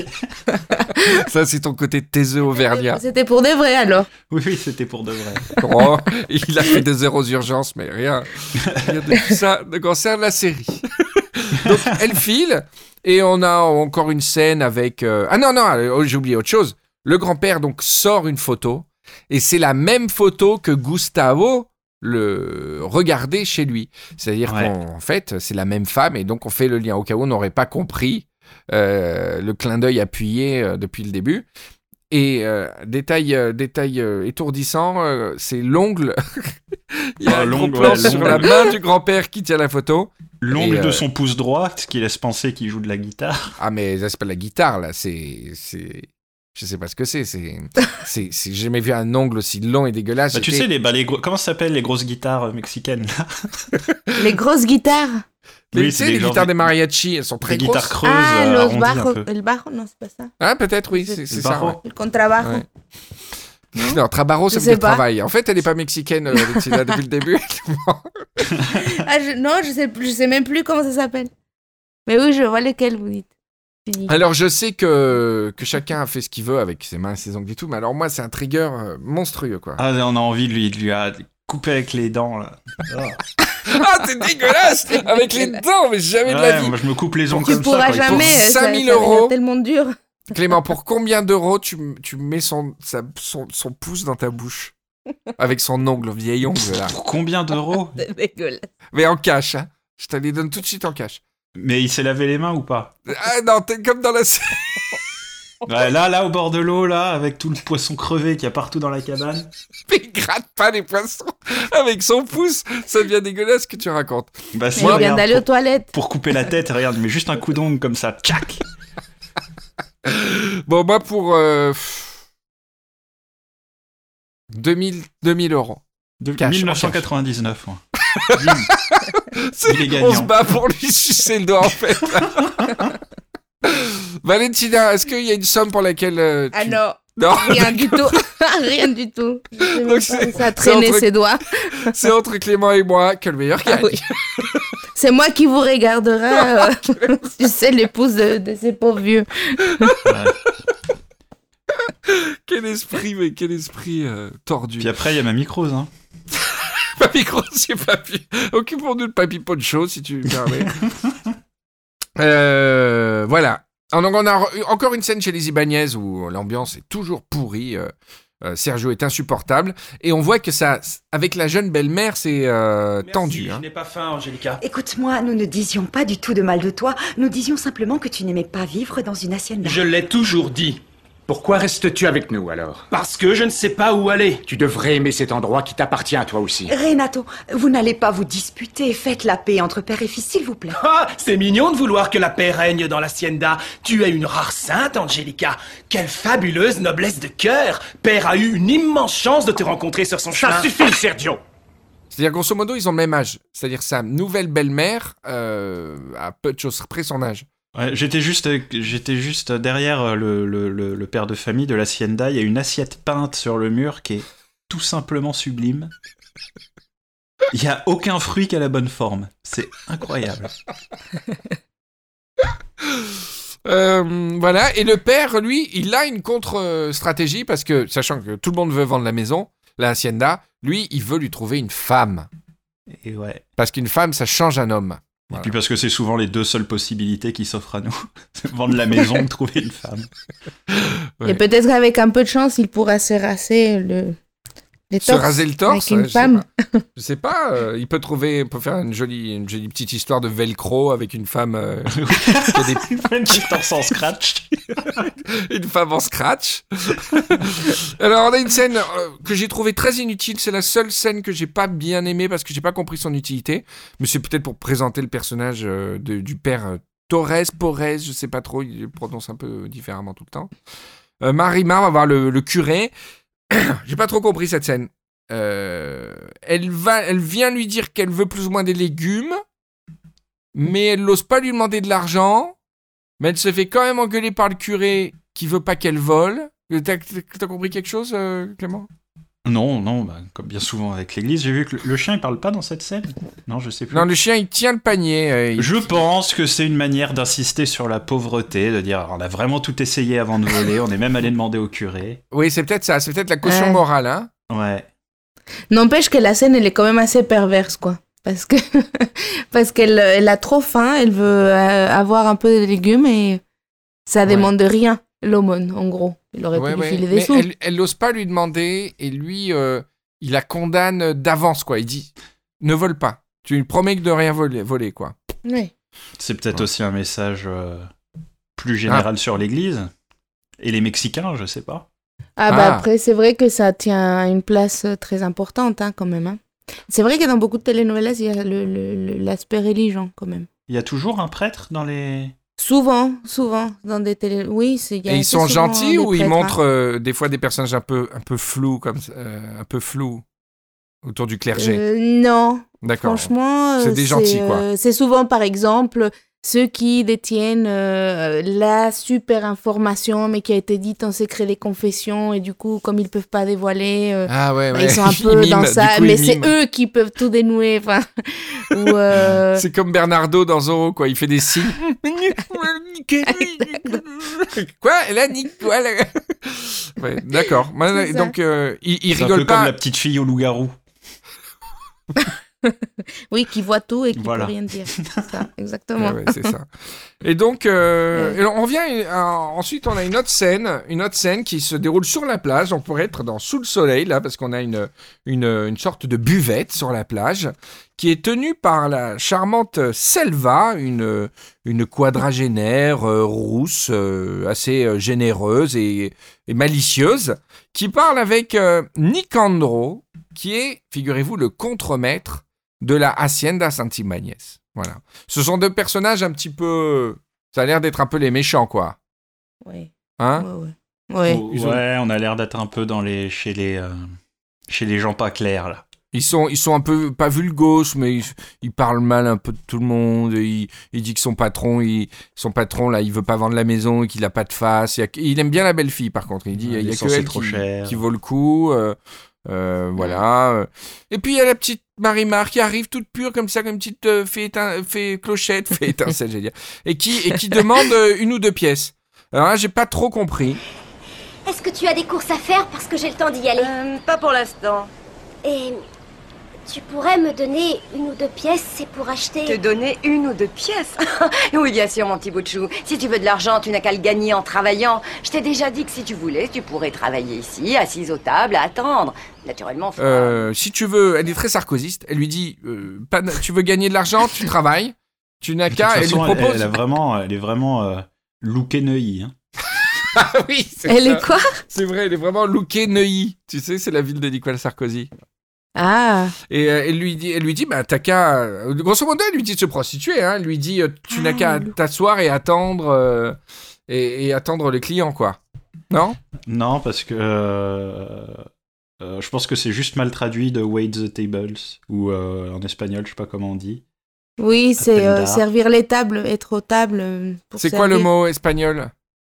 Ça, c'est ton côté taiseux auvergnat. C'était pour de vrai alors. Oui, oui, c'était pour de vrai. Oh, il a fait des zéros aux urgences, mais rien, rien de tout ça ne concerne la série. Donc, elle file, et on a encore une scène avec... euh, Ah non, non, euh, j'ai oublié autre chose. Le grand-père, donc, sort une photo, et c'est la même photo que Gustavo le regardait chez lui. C'est-à-dire Ouais. qu'en fait, c'est la même femme, et donc on fait le lien, au cas où on n'aurait pas compris euh, le clin d'œil appuyé euh, depuis le début. Et euh, détail, euh, détail euh, étourdissant, euh, c'est l'ongle. Il y a Ah, un gros l'ongle, plan ouais, sur l'ongle. la main du grand-père qui tient la photo. L'ongle Et, euh, de son pouce droit, ce qui laisse penser qu'il joue de la guitare. Ah, mais ça, c'est pas la guitare, là. C'est. c'est... Je sais pas ce que c'est. C'est. c'est, c'est... J'ai jamais vu un ongle aussi long et dégueulasse. Bah, tu J'étais- sais, les, bah, les gros- comment ça s'appelle les grosses guitares euh, mexicaines là Les grosses guitares. Mais Oui, tu c'est sais, des les genres guitares de- des mariachis, elles sont très Des grosses. guitares creuses, Ah, euh, los arrondies un bajos. peu. El bajo, non, c'est pas ça. Ah, peut-être, oui, c'est, c'est Le ça. barro. Ouais. El contrabajo. Ouais. Non, Trabarro, ça Je veut sais dire pas. travail. En fait, elle est pas mexicaine, euh, Alexina, depuis le début. Ah, je- Non, je sais, je sais même plus comment ça s'appelle. Mais oui, je vois lequel vous dites. Tu dis. Alors, je sais que, que chacun a fait ce qu'il veut avec ses mains et ses ongles et tout, mais alors moi, c'est un trigger euh, monstrueux, quoi. Ah, on a envie de lui, de lui ah, de couper avec les dents là. Ah. Ah, c'est dégueulasse Avec les dents, mais jamais de la Ouais, vie. moi je me coupe les ongles Tu comme pourras ça. quoi. Il faut- jamais. Pour ça- cinq mille ça devient euros. tellement dur. Clément, pour combien d'euros tu, tu mets son, sa- son, son pouce dans ta bouche? Avec son ongle, vieil ongle, là. Pour combien d'euros C'est dégueulasse. Mais en cash, hein. Je te les donne tout de suite en cash. Mais il s'est lavé les mains ou pas Ah non, t'es comme dans la série. Ouais, là, là, au bord de l'eau, là, avec tout le poisson crevé qu'il y a partout dans la cabane. Mais il gratte pas les poissons avec son pouce. Ça devient dégueulasse ce que tu racontes. Bah, si, Mais il vient regarde, d'aller aux pour, toilettes. pour couper la tête, regarde, mais juste un coup d'ongle comme ça, tchac. Bon, moi, pour euh, deux mille, deux mille euros. De Cash, mille neuf cent quatre-vingt-dix-neuf, moi. C'est- Il est on gagnant. se bat pour lui sucer le doigt, en fait. Valentina, est-ce qu'il y a une somme pour laquelle euh, tu... Ah non, Non, rien du tout. Rien du tout. Je sais même Donc pas c'est- où ça a c'est traîné entre- ses doigts. c'est entre Clément et moi que le meilleur Ah gagne. oui. C'est moi qui vous regardera, euh, tu sais, l'épouse de, de ces pauvres vieux. Quel esprit, mais quel esprit euh, tordu. Puis après, il y a ma microse, hein. Papy Gros, c'est Papy. Occupons-nous de Papy Poncho, si tu me permets. euh, voilà. Alors, donc, on a re- encore une scène chez les Ibanez où l'ambiance est toujours pourrie. euh, euh, Sergio est insupportable. Et on voit que ça, avec la jeune belle-mère, c'est euh, tendu. Hein. Je n'ai pas faim, Angelica. Écoute-moi, nous ne disions pas du tout de mal de toi. Nous disions simplement que tu n'aimais pas vivre dans une hacienda. Je l'ai toujours dit. Pourquoi restes-tu avec nous alors? Parce que je ne sais pas où aller. Tu devrais aimer cet endroit qui t'appartient à toi aussi. Renato, vous n'allez pas vous disputer. Faites la paix entre père et fils, s'il vous plaît. Ah, c'est mignon de vouloir que la paix règne dans l'hacienda. Tu es une rare sainte, Angelica. Quelle fabuleuse noblesse de cœur. Père a eu une immense chance de te rencontrer sur son chemin. Ça suffit, Sergio! C'est-à-dire, grosso modo, ils ont le même âge. C'est-à-dire, sa nouvelle belle-mère euh, a peu de choses près son âge. Ouais, j'étais juste, j'étais juste derrière le, le, le, le père de famille de l'hacienda. Il y a une assiette peinte sur le mur qui est tout simplement sublime. Il n'y a aucun fruit qui a la bonne forme. C'est incroyable. Euh, voilà, et le père, lui, il a une contre-stratégie parce que, sachant que tout le monde veut vendre la maison, la hacienda, lui, il veut lui trouver une femme. Et ouais. Parce qu'une femme, ça change un homme. Et puis parce que c'est souvent les deux seules possibilités qui s'offrent à nous. Vendre la maison ou trouver une femme. Ouais. Et peut-être qu'avec un peu de chance, il pourra se raser le... les Se torses raser le torse, avec une ouais, je femme. sais pas. Je sais pas, euh, il peut trouver, il peut faire une jolie, une jolie petite histoire de velcro avec une femme, euh, qui a des- Une petite torse en scratch. une femme en scratch. Alors on a une scène euh, que j'ai trouvée très inutile, c'est la seule scène que j'ai pas bien aimée parce que j'ai pas compris son utilité, mais c'est peut-être pour présenter le personnage euh, de- du père euh, Torres, Porres, je sais pas trop, il le prononce un peu différemment tout le temps. Euh, Marima va voir le, le curé. J'ai pas trop compris cette scène. Euh, elle, va, elle vient lui dire qu'elle veut plus ou moins des légumes, mais elle n'ose pas lui demander de l'argent. mais elle se fait quand même engueuler par le curé qui veut pas qu'elle vole. T'as, t'as compris quelque chose, euh, Clément ? Non, non, bah, comme bien souvent avec l'église, j'ai vu que le, le chien il parle pas dans cette scène. Non, je sais plus. Non, le chien il tient le panier. Euh, il... Je pense que c'est une manière d'insister sur la pauvreté, de dire on a vraiment tout essayé avant de voler, on est même allé demander au curé. Oui, c'est peut-être ça, c'est peut-être la caution Ouais. morale, hein. Ouais. N'empêche que la scène, elle est quand même assez perverse, quoi. Parce que parce qu'elle elle a trop faim, elle veut euh, avoir un peu de légumes et ça Ouais. demande rien, l'aumône, en gros. Il aurait Ouais, pu lui ouais. filer des Mais sous. elle, elle n'ose pas lui demander et lui, euh, il la condamne d'avance, quoi. Il dit ne vole pas. Tu lui promets de rien voler, voler quoi. Ouais. C'est peut-être Ouais. aussi un message euh, plus général Ah. sur l'église. Et les Mexicains, je sais pas. Ah bah Ah. après, c'est vrai que ça tient une place euh, très importante, hein, quand même. Hein. C'est vrai que dans beaucoup de telenovelas, il y a le, le- le- l'aspect religion, quand même. Il y a toujours un prêtre dans les... Souvent, souvent, dans des télé... Oui, c'est... il y a Et ils assez sont souvent gentils des ou ils prêtres, montrent hein. euh, des fois des personnages un peu, un peu flous, comme ça, euh, un peu flous autour du clergé. Euh, non, D'accord. franchement, C'est euh, des gentils, quoi. euh, c'est souvent, par exemple, ceux qui détiennent euh, la super information, mais qui a été dite en secret des confessions, et du coup, comme ils peuvent pas dévoiler, euh, Ah ouais, bah, ouais. ils sont un Ils peu miment, dans du ça. coup, Mais ils c'est miment. eux qui peuvent tout dénouer. Enfin, ou euh, C'est comme Bernardo dans Zorro, quoi. Il fait des signes. Quoi Elle a niqué quoi elle a- Ouais, d'accord. C'est ça. Donc, euh, il, il C'est un peu rigole comme pas. la petite fille au loup-garou. oui, qui voit tout et qui Voilà. peut rien dire. C'est ça, exactement. Ouais, ouais, c'est ça. Et donc, euh, et on vient. euh, ensuite, on a une autre scène, une autre scène qui se déroule sur la plage. On pourrait être dans sous le soleil là, parce qu'on a une une une sorte de buvette sur la plage qui est tenue par la charmante Selva, une une quadragénaire euh, rousse, euh, assez euh, généreuse et, et malicieuse, qui parle avec euh, Nicandro, qui est, figurez-vous, le contremaître de la Hacienda Santibáñez. Voilà. Ce sont deux personnages un petit peu... Ça a l'air d'être un peu les méchants, quoi. Ouais. Hein Ouais, ouais. Ouais. Oh, Ils ont- ouais, on a l'air d'être un peu dans les... chez les... euh, chez les gens pas clairs, là. Ils sont, ils sont un peu, pas vulgos, mais ils, ils parlent mal un peu de tout le monde. Il, il dit que son patron, il, son patron, là, il veut pas vendre la maison et qu'il a pas de face. Il, y a que- il aime bien la belle fille, par contre. Il dit, Ouais, il y a l'essence que est elle trop qui, chère. qui vaut le coup. euh, euh, voilà. Et puis, il y a la petite Marie-Mar qui arrive toute pure, comme ça, comme une petite euh, fée, étein- fée clochette, fée étincelle, j'allais dire. Et qui, et qui demande euh, une ou deux pièces. Alors là, j'ai pas trop compris. Est-ce que tu as des courses à faire parce que j'ai le temps d'y aller Euh, pas pour l'instant. Et tu pourrais me donner une ou deux pièces, c'est pour acheter... Te donner une ou deux pièces. Oui, bien sûr, mon petit bout de chou. Si tu veux de l'argent, tu n'as qu'à le gagner en travaillant. Je t'ai déjà dit que si tu voulais, tu pourrais travailler ici, assise aux tables, à attendre. Naturellement, faut... Euh, si tu veux, elle est très sarkozyste. Elle lui dit, euh, pas de- tu veux gagner de l'argent, tu travailles. Tu n'as De toute qu'à. Elle lui façon, elle, propose. elle a vraiment, elle est vraiment euh, lookée Neuilly. Hein. Ah oui, c'est Elle ça. est quoi? C'est vrai, elle est vraiment lookée Neuilly. Tu sais, c'est la ville de Nicolas Sarkozy. Ah, Et euh, elle lui dit, elle lui dit, bah t'as qu'à, euh, grosso modo, elle lui dit de se prostituer. Hein. Elle lui dit, euh, tu n'as Ah, qu'à le- t'asseoir et attendre euh, et, et attendre les clients, quoi. Non? Non, parce que euh, euh, je pense que c'est juste mal traduit de wait the tables, ou euh, en espagnol, je sais pas comment on dit. oui, c'est euh, Atender. servir les tables, être aux tables. euh, pour C'est quoi le servir. mot espagnol?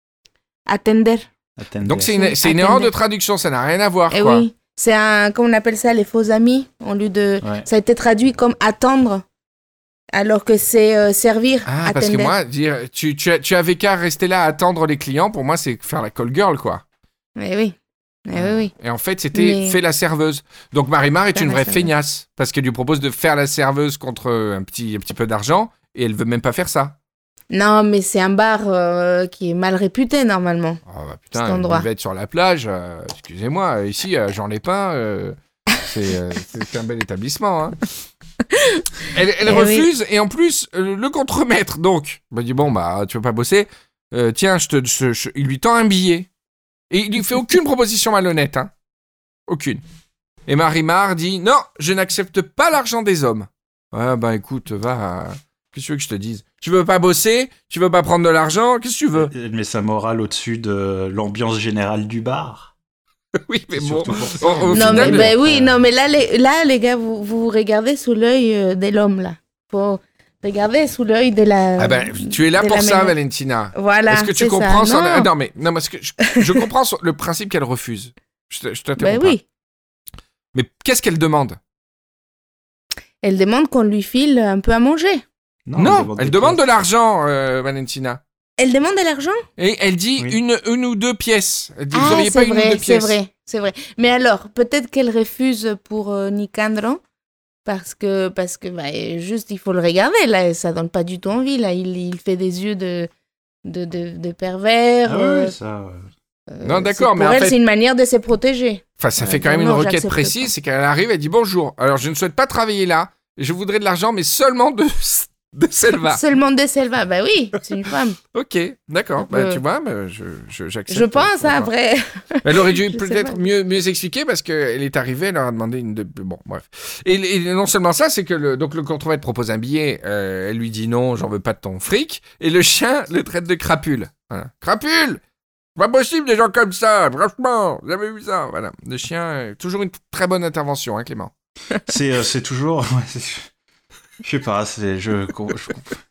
Attender. Attender. Donc c'est une, c'est une Attender. erreur de traduction, ça n'a rien à voir, Eh quoi. oui, c'est un, comment on appelle ça, les faux amis, au lieu de, Ouais. ça a été traduit comme attendre, alors que c'est euh, servir. Ah, parce que attender. moi, dire, tu, tu, as- tu avais qu'à rester là à attendre les clients, pour moi, c'est faire la call girl, quoi. Eh oui, eh oui, oui. Et en fait, c'était Mais- fait la serveuse. Donc Marie-Mar est Faire une la vraie serveuse. feignasse, parce qu'elle lui propose de faire la serveuse contre un petit, un petit peu d'argent, et elle veut même pas faire ça. Non, mais c'est un bar euh, qui est mal réputé normalement. Oh, bah, Cet putain, endroit. une buvette sur la plage, euh, excusez-moi, ici, euh, Jean Lépin, euh, c'est, euh, c'est un bel établissement. Hein. Elle, elle Eh refuse, et en plus, euh, le contremaître, donc, bah, dit, bon, bah, tu veux pas bosser, Euh, tiens, je te, je- je- il lui tend un billet. Et il lui fait aucune proposition malhonnête, hein. Aucune. Et Marie-Mar dit, non, je n'accepte pas l'argent des hommes. Ouais, bah, écoute, va, euh, qu'est-ce que tu veux que je te dise? Tu veux pas bosser? Tu veux pas prendre de l'argent? Qu'est-ce que tu veux? Elle met sa morale au-dessus de l'ambiance générale du bar. Oui, mais C'est bon. surtout pour ça. au- au non, final, mais ben oui, euh, non, mais là, les, là, les gars, vous, vous regardez sous l'œil euh, de l'homme là. Faut, Regardez, sous l'œil de la. Ah ben, tu es là de pour la ça, mère. Valentina. Voilà. Est-ce que tu c'est comprends ça. son... Non. Ah, non, mais, non, parce que je, je comprends son- le principe qu'elle refuse. Je, te- je t'interromps Ben pas. oui. Mais qu'est-ce qu'elle demande? Elle demande qu'on lui file un peu à manger. Non, elle demande de l'argent, euh, Valentina. Elle demande de l'argent? Et elle dit Oui. une, une ou deux pièces. Elle dit, vous Ah, auriez c'est pas une ou vrai, deux c'est pièces. vrai, c'est vrai. Mais alors, peut-être qu'elle refuse pour euh, Nicandro, parce que, parce que bah, juste, il faut le regarder, là, ça donne pas du tout envie, là. Il, il fait des yeux de, de, de, de pervers. Ah euh, ouais, ça. euh, Non, c'est- d'accord, mais pour en elle, fait- c'est une manière de se protéger. Enfin, ça Ouais, fait quand même non, une requête j'accepte précise, pas. c'est qu'elle arrive, elle dit bonjour. Alors, je ne souhaite pas travailler là. Je voudrais de l'argent, mais seulement de, de Selva. Seulement de Selva, bah oui, c'est une femme. Ok, d'accord. Bah, Euh, tu vois, mais je, je, j'accepte. Je pense, hein, Pourquoi. après. Elle aurait dû Je sais peut-être pas. mieux, mieux expliquer parce qu'elle est arrivée, elle leur a demandé une. De... Bon, bref. Et, et non seulement ça, c'est que le, donc le contremaître propose un billet, euh, elle lui dit non, j'en veux pas de ton fric, et le chien le traite de crapule. Voilà. Crapule! Pas possible des gens comme ça, franchement, vous avez vu ça? Voilà. Le chien, euh, toujours une très bonne intervention, hein, Clément. C'est, euh, c'est toujours. ouais, c'est- Je sais pas, c'est. Je, je...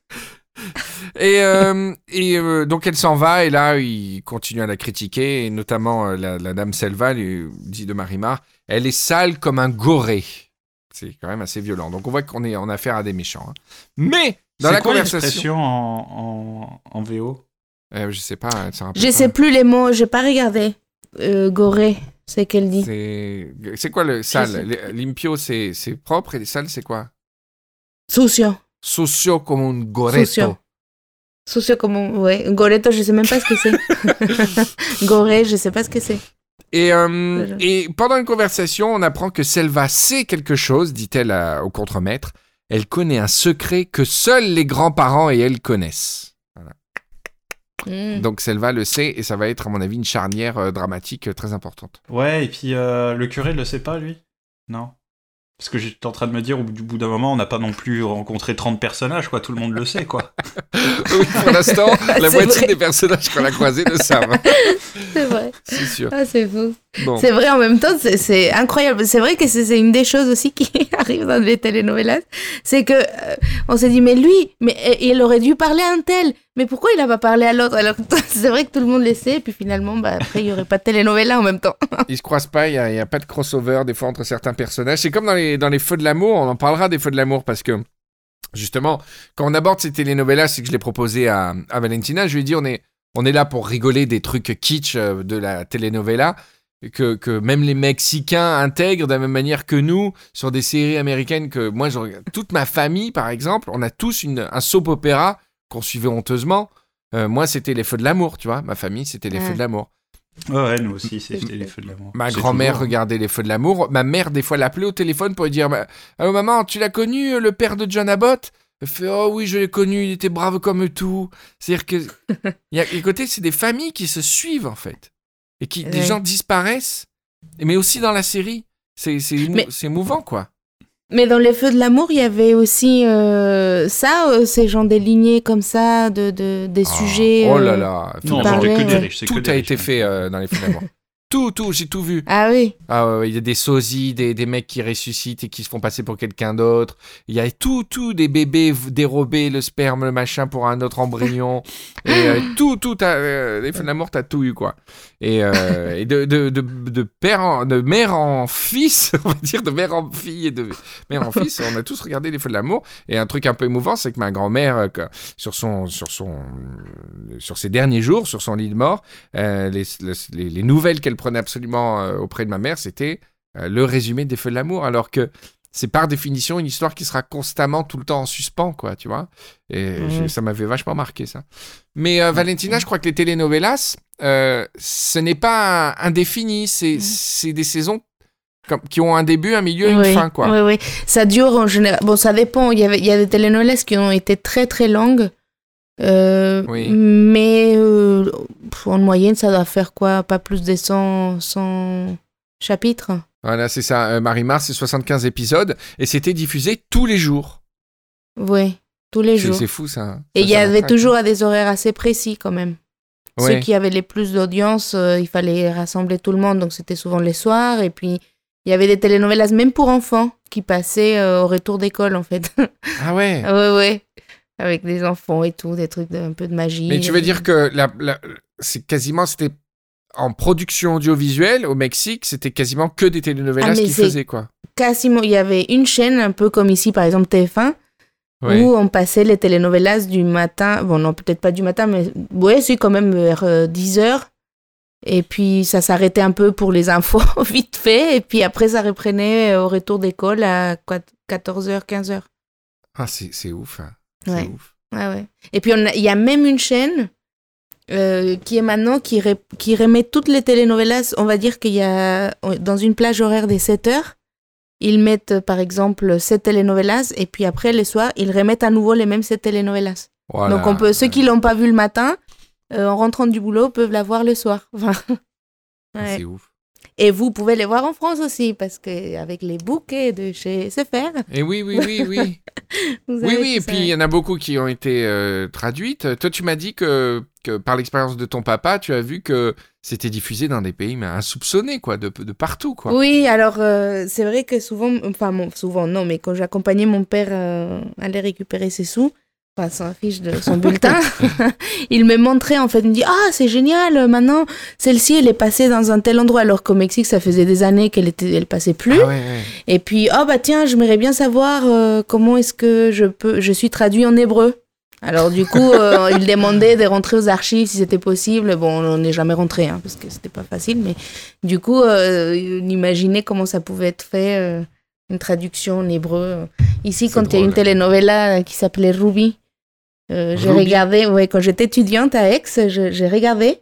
Et, euh, et euh, donc elle s'en va, et là, il continue à la critiquer, et notamment euh, la, la dame Selva lui dit de Marimar, elle est sale comme un goré. C'est quand même assez violent. Donc on voit qu'on est en affaire à des méchants. hein. Mais dans c'est la quoi conversation, l'expression en, en, en V O? euh, je sais pas, elle s'en rappelle Je pas. sais plus les mots, j'ai pas regardé. Euh, Goré, c'est qu'elle dit. C'est c'est quoi le sais sale? Le- Limpio, c'est c'est propre, et les sales, c'est quoi? Sucio. Sucio comme un goretto. Sucio. Sucio comme un... Ouais, Goretto, je sais même pas ce que c'est. Goré, je sais pas ce que c'est. Et, euh, Voilà. et pendant une conversation, on apprend que Selva sait quelque chose, dit-elle à- au contremaître. Elle connaît un secret que seuls les grands-parents et elle connaissent. Voilà. Mm. Donc Selva le sait, et ça va être, à mon avis, une charnière euh, dramatique euh, très importante. Ouais, et puis euh, le curé le sait pas, lui? Non. Parce que j'étais en train de me dire, au bout- du bout d'un moment, on n'a pas non plus rencontré trente personnages, quoi. Tout le monde le sait, quoi. Oui, pour l'instant, la C'est moitié vrai. des personnages qu'on a croisés le savent. C'est vrai. C'est sûr. Ah, c'est fou. Bon. C'est vrai, en même temps, c'est- c'est incroyable. C'est vrai que c'est c'est une des choses aussi qui arrive dans les telenovelas. C'est que euh, on s'est dit, mais lui, mais euh, il aurait dû parler à un tel. Mais pourquoi il n'a pas parlé à l'autre? Alors que c'est vrai que tout le monde le sait. Et puis finalement, bah, après, il n'y aurait pas de telenovela en même temps. Ils se croisent pas, il n'y a, il y a pas de crossover des fois entre certains personnages. C'est comme dans les, dans les Feux de l'amour, on en parlera des Feux de l'amour parce que justement, quand on aborde ces telenovelas, c'est que je l'ai proposé à, à Valentina, je lui ai dit on est, on est là pour rigoler des trucs kitsch euh, de la telenovela, que, que même les Mexicains intègrent de la même manière que nous sur des séries américaines que moi, je regarde. Toute ma famille, par exemple, on a tous une, un soap opéra qu'on suivait honteusement. Euh, moi, c'était les Feux de l'amour, tu vois. Ma famille, c'était les Ouais. Feux de l'amour. Ouais, ouais, nous aussi, c'était les feux de l'amour. Ma C'est grand-mère toujours, hein. regardait les Feux de l'amour. Ma mère, des fois, l'appelait au téléphone pour lui dire bah, allô, maman, tu l'as connu, le père de John Abbott? Elle fait oh oui, je l'ai connu, il était brave comme tout. C'est-à-dire que. Il y a les côtés, c'est des familles qui se suivent, en fait. Et qui, des Ouais. gens disparaissent. Mais aussi dans la série. C'est c'est émou- Mais- c'est émouvant, quoi. Mais dans les Feux de l'amour, il y avait aussi euh, ça, euh, ces gens des lignées comme ça, de, de, des Ah, sujets. oh là euh, là. Feux de Non, l'amour. c'était que parlait, des ouais. riches. c'est que Tout des a riches, été hein. fait euh, dans les Feux de l'amour. Tout, tout, j'ai tout vu. Ah oui. Ah ouais, ouais, il y a des sosies, des, des mecs qui ressuscitent et qui se font passer pour quelqu'un d'autre. Il y a tout, tout, des bébés v- dérobés, le sperme, le machin pour un autre embryon. et euh, tout, tout, t'as, euh, les Feux de l'amour, t'as tout eu, quoi. Et, euh, et de, de, de, de, père en, de mère en fils, on va dire, de mère en fille et de mère en fils, on a tous regardé les Feux de l'amour. Et un truc un peu émouvant, c'est que ma grand-mère, euh, que- sur son, sur son, euh, sur ses derniers jours, sur son lit de mort, euh, les, les, les nouvelles qu'elle prenait absolument euh, auprès de ma mère, c'était euh, le résumé des Feux de l'amour, alors que c'est par définition une histoire qui sera constamment tout le temps en suspens, quoi, tu vois. Et Mhm. je- ça m'avait vachement marqué, ça. Mais euh, Valentina, je crois que les telenovelas, euh, ce n'est pas indéfini, c'est c'est des saisons comme, qui ont un début, un milieu et une Oui, fin, quoi. oui, oui. Ça dure en général. Bon, ça dépend. Il y, avait, il y a des telenovelas qui ont été très, très longues. Euh, Oui. Mais euh, pff, en moyenne, ça doit faire quoi? Pas plus de cent, cent chapitres. Voilà, c'est ça. Euh, Marimar, c'est soixante-quinze épisodes et c'était diffusé tous les jours. Oui, tous les C'est jours. c'est fou, ça. Et Ça, il y ça avait m'attraque. toujours à des horaires assez précis quand même. Ouais. Ceux qui avaient les plus d'audience, euh, il fallait rassembler tout le monde, donc c'était souvent les soirs. Et puis Il y avait des telenovelas même pour enfants qui passaient euh, au retour d'école, en fait. Ah ouais. Ouais, ouais. Avec des enfants et tout, des trucs de, un peu de magie. Mais tu veux dire que la, la, c'est quasiment, c'était en production audiovisuelle au Mexique, c'était quasiment que des telenovelas Ah, mais qu'ils c'est- faisaient, quoi. Quasiment, il y avait une chaîne, un peu comme ici, par exemple T F un, Ouais. où on passait les telenovelas du matin. Bon, non, peut-être pas du matin, mais ouais, c'est quand même vers euh, dix heures. Et puis, ça s'arrêtait un peu pour les infos, vite fait. Et puis après, ça reprenait au retour d'école à quatorze heures, quinze heures. Ah, c'est, c'est ouf. Hein. C'est Ouais. ouf. Ouais, ouais. Et puis, on a- il y a même une chaîne euh, qui est maintenant, qui, ré- qui remet toutes les telenovelas. On va dire qu'il y a, dans une plage horaire des sept heures, ils mettent, par exemple, sept telenovelas. Et puis après, les soirs, ils remettent à nouveau les mêmes sept telenovelas. Voilà. Donc, on peut, ceux qui l'ont pas vu le matin, euh, en rentrant du boulot, peuvent la voir le soir. Enfin, ouais. C'est ouf. Et vous pouvez les voir en France aussi, parce qu'avec les bouquets de chez S F R, Et oui, oui, oui, oui. vous Oui, avez oui, et tout ça. puis il y en a beaucoup qui ont été euh, traduites. Toi, tu m'as dit que, que par l'expérience de ton papa, tu as vu que c'était diffusé dans des pays mais insoupçonnés, quoi, de, de partout, quoi. Oui, alors euh, c'est vrai que souvent, enfin bon, souvent non, mais quand j'accompagnais mon père euh, aller récupérer ses sous, enfin son fiche de son bulletin, il me montrait en fait, il me dit ah c'est génial, maintenant celle-ci elle est passée dans un tel endroit, alors qu'au Mexique ça faisait des années qu'elle était, elle passait plus. Ah ouais, ouais. Et puis oh bah tiens, j'aimerais bien savoir euh, comment est-ce que je peux, je suis traduit en hébreu. Alors du coup, euh, il demandait de rentrer aux archives si c'était possible. Bon, on n'est jamais rentré hein, parce que c'était pas facile, mais du coup, euh, on imaginait comment ça pouvait être fait, euh, une traduction en hébreu. Ici, C'est quand il y a une drôle. telenovela qui s'appelait Ruby, euh, j'ai Ruby. regardé, ouais, quand j'étais étudiante à Aix, je- j'ai regardé.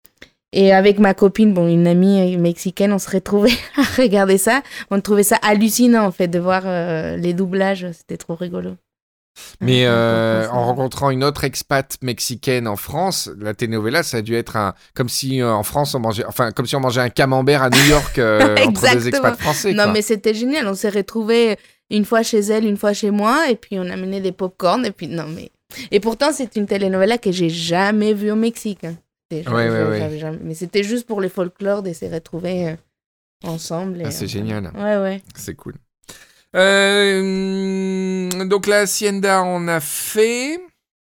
Et avec ma copine, bon, une amie mexicaine, on se retrouvait à regarder ça. On trouvait ça hallucinant, en fait, de voir euh, les doublages. C'était trop rigolo. Mais Ouais, euh, comme ça. en rencontrant une autre expat mexicaine en France, la telenovela, ça a dû être un comme si euh, en France on mangeait, enfin comme si on mangeait un camembert à New York euh, entre deux Exactement. expats français. Non, quoi. mais c'était génial. On s'est retrouvés une fois chez elle, une fois chez moi, et puis on a amené des pop-corn. Et puis, non, mais. Et pourtant, c'est une telenovela que j'ai jamais vue au Mexique. hein. C'était- Ouais, j'avais- ouais, ouais. j'avais jamais- Mais c'était juste pour les folklore de se retrouver euh, ensemble. et, Ah, c'est euh, génial. Ouais, ouais. C'est cool. Euh, donc la Hacienda, on a fait.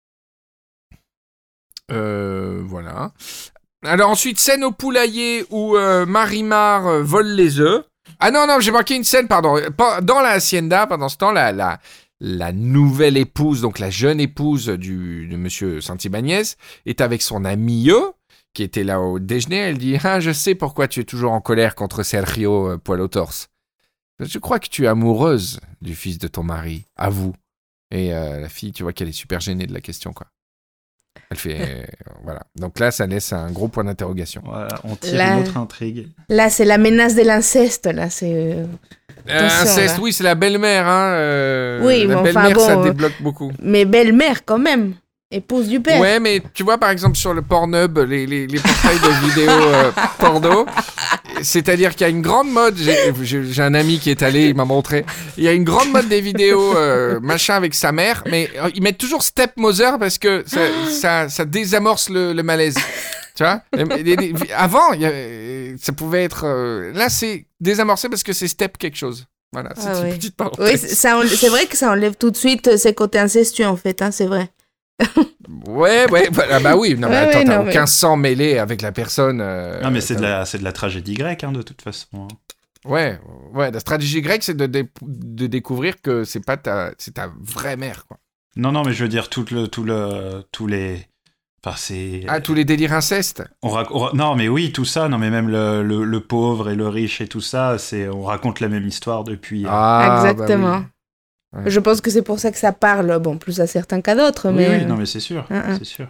Euh, voilà. Alors ensuite, scène au poulailler où euh, Marimar euh, vole les œufs. Ah non, non, j'ai manqué une scène, pardon. Pas- Dans la Hacienda, pendant ce temps, la, la, la nouvelle épouse, donc la jeune épouse du, de monsieur Santibáñez, est avec son ami E, qui était là au déjeuner. Elle dit « Ah, je sais pourquoi tu es toujours en colère contre Sergio euh, Poil au torse. Je crois que tu es amoureuse du fils de ton mari, avoue. » Et euh, la fille, tu vois qu'elle est super gênée de la question, quoi. Elle fait... euh, voilà. Donc là, ça laisse un gros point d'interrogation. Voilà, on tire La- une autre intrigue. Là, c'est la menace de l'inceste. Là, c'est. euh, Euh, Attention, inceste, là. oui, c'est la belle-mère. Hein, euh, Oui, la mais enfin, belle-mère, ça bon, euh, débloque beaucoup. Mais belle-mère, quand même. Épouse du père. Ouais, mais tu vois, par exemple, sur le Pornhub, les, les, les portails de vidéos euh, porno, c'est-à-dire qu'il y a une grande mode, j'ai, j'ai j'ai un ami qui est allé, il m'a montré, il y a une grande mode des vidéos euh, machin avec sa mère, mais euh, ils mettent toujours Stepmother parce que ça, ça, ça désamorce le, le malaise. Tu vois. Les- les- les- Avant, il y a- ça pouvait être... euh, là, c'est désamorcé parce que c'est Step quelque chose. Voilà, c'est Ah une ouais. petite parenthèse. Oui, c'est ça enlève- c'est vrai que ça enlève tout de suite ses côtés incestueux, en fait. Hein, c'est vrai. Ouais, ouais, voilà, bah oui, non, mais Ouais, attends, ouais, t'as non, aucun mais- sang mêlé avec la personne. euh, non, mais c'est t'as- de, la, c'est de la tragédie grecque, hein, de toute façon. hein. Ouais, ouais, la stratégie grecque, c'est de, dé- de découvrir que c'est pas ta, c'est ta vraie mère, quoi. Non, non, mais je veux dire, tout le, tout le, tous les... Enfin, c'est... Ah, tous les délires incestes. On rac- on ra- Non, mais oui, tout ça, non, mais même le, le, le pauvre et le riche et tout ça, c'est... on raconte la même histoire depuis... euh, Ah, Exactement. bah oui. Ouais. Je pense que c'est pour ça que ça parle, bon, plus à certains qu'à d'autres, Oui, mais... oui, non, mais c'est sûr, Hein, hein. c'est sûr.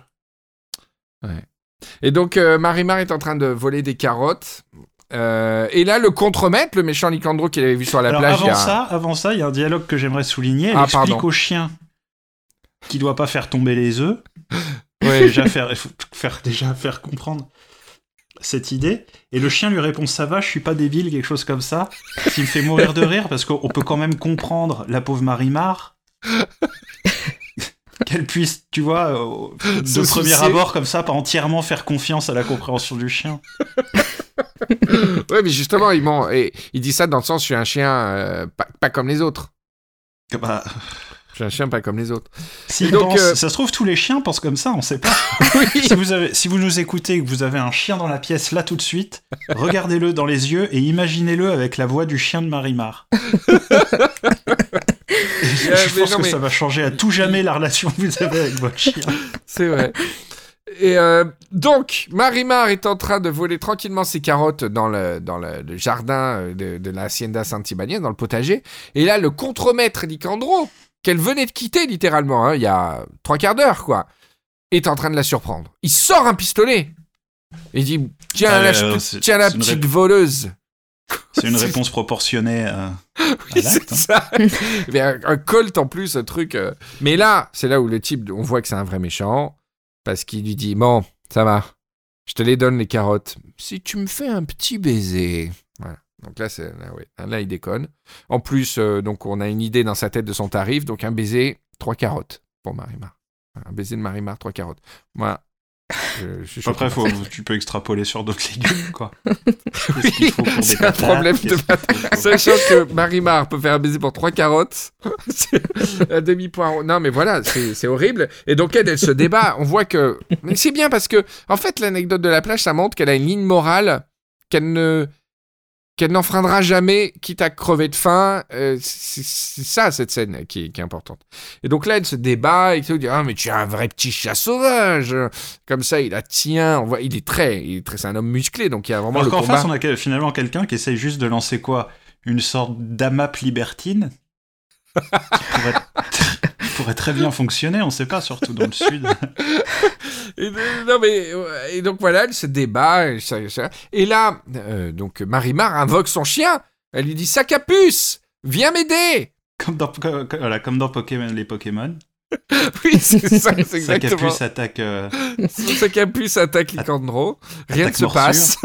Et donc, euh, Marimar est en train de voler des carottes. Euh, et là, le contremaître, le méchant Nicandro qu'il avait vu sur la Alors, plage, il y avant a un- ça, avant ça, il y a un dialogue que j'aimerais souligner. Elle Ah, explique pardon. au chien qu'il doit pas faire tomber les œufs. Ouais. déjà faire, il faut faire, déjà faire comprendre cette idée. Et le chien lui répond ça va, je suis pas débile, quelque chose comme ça. Ce qui me fait mourir de rire parce qu'on peut quand même comprendre la pauvre Marimar. Qu'elle puisse, tu vois, euh, de Se premier soucier. abord comme ça, pas entièrement faire confiance à la compréhension du chien. Ouais, mais justement, il, ment, et, il dit ça dans le sens, je suis un chien euh, pas, pas comme les autres. Bah... Je suis un chien pas comme les autres. Si donc, pense, euh... Ça se trouve, tous les chiens pensent comme ça, on sait pas. Oui. si, vous avez, si vous nous écoutez et que vous avez un chien dans la pièce là tout de suite, regardez-le dans les yeux et imaginez-le avec la voix du chien de Marimar. je je pense non, que mais... ça va changer à tout jamais la relation que vous avez avec votre chien. C'est vrai. Et euh, donc, Marimar est en train de voler tranquillement ses carottes dans le, dans le, le jardin de, de la Hacienda Santibáñez, dans le potager. Et là, le contremaître Nicandro, qu'elle venait de quitter littéralement, hein, il y a trois quarts d'heure, quoi, est en train de la surprendre. Il sort un pistolet. Il dit, tiens, ah, la, euh, tiens la petite rép... voleuse. C'est une réponse proportionnée à, oui, à l'acte. C'est ça. Mais un, un colt en plus, un truc. Euh... Mais là, c'est là où le type, on voit que c'est un vrai méchant, parce qu'il lui dit, bon, ça va, je te les donne les carottes, si tu me fais un petit baiser. Voilà. Donc là, c'est, là, ouais, là, il déconne. En plus, euh, donc on a une idée dans sa tête de son tarif. Donc un baiser, trois carottes pour Marimar. Un baiser de Marimar, trois carottes. Voilà. Je, je Après, faut, tu peux extrapoler sur d'autres légumes, quoi. Oui, qu'il faut pour c'est un patates, problème de patates. Sachant que Marimar peut faire un baiser pour trois carottes, c'est un demi-point. Non, mais voilà, c'est, c'est horrible. Et donc, elle, elle se débat. On voit que... Mais c'est bien parce que, en fait, l'anecdote de la plage, ça montre qu'elle a une ligne morale qu'elle ne... qu'elle n'enfreindra jamais, quitte à crever de faim. Euh, c'est, c'est ça, cette scène qui est, qui est importante. Et donc là, elle se débat, et elle se dit « Ah, mais tu es un vrai petit chat sauvage !» Comme ça, il la tient. On voit, il est très... Il est très c'est un homme musclé, donc il y a vraiment alors le qu'en combat. face, on a finalement quelqu'un qui essaye juste de lancer quoi ? Une sorte d'amap libertine qui pourrait, pourrait très bien fonctionner, on ne sait pas, surtout dans le sud. Et, non mais et donc voilà, elle se débat et, ça, ça. Et là euh, donc Marimar invoque son chien. Elle lui dit sac à puce, viens m'aider. Comme dans comme, voilà, comme dans Pokémon, les Pokémon. Oui, c'est ça, c'est exactement. Sac à puce attaque. Euh... Sac à puce attaque Licandro. Rien ne se passe.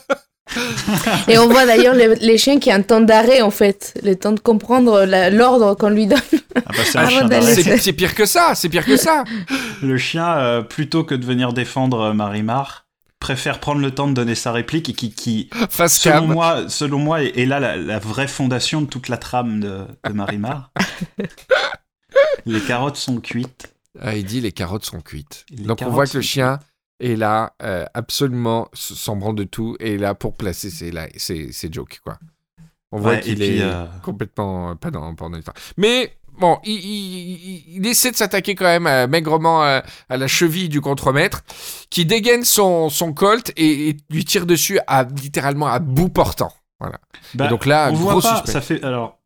Et on voit d'ailleurs les, les chiens qui ont un temps d'arrêt en fait, le temps de comprendre la, l'ordre qu'on lui donne. Ah bah c'est, un chien d'arrêt. C'est, c'est pire que ça, c'est pire que ça. Le chien, euh, plutôt que de venir défendre Marimar, préfère prendre le temps de donner sa réplique et qui, qui selon moi, selon moi, est, est là la, la vraie fondation de toute la trame de, de Marimar. Les carottes sont cuites. Ah, il dit les carottes sont cuites. Les Donc on voit que le chien est là, euh, absolument s'en branle de tout, et est là pour placer ses, ses, ses jokes, quoi. On voit ouais, qu'il est euh... complètement euh, pas dans, pas dans l'histoire. Mais bon, il, il, il essaie de s'attaquer quand même euh, maigrement euh, à la cheville du contremaître, qui dégaine son, son colt et, et lui tire dessus à, littéralement à bout portant. Voilà. Bah, et donc là, on gros voit pas, suspense. Ça fait alors.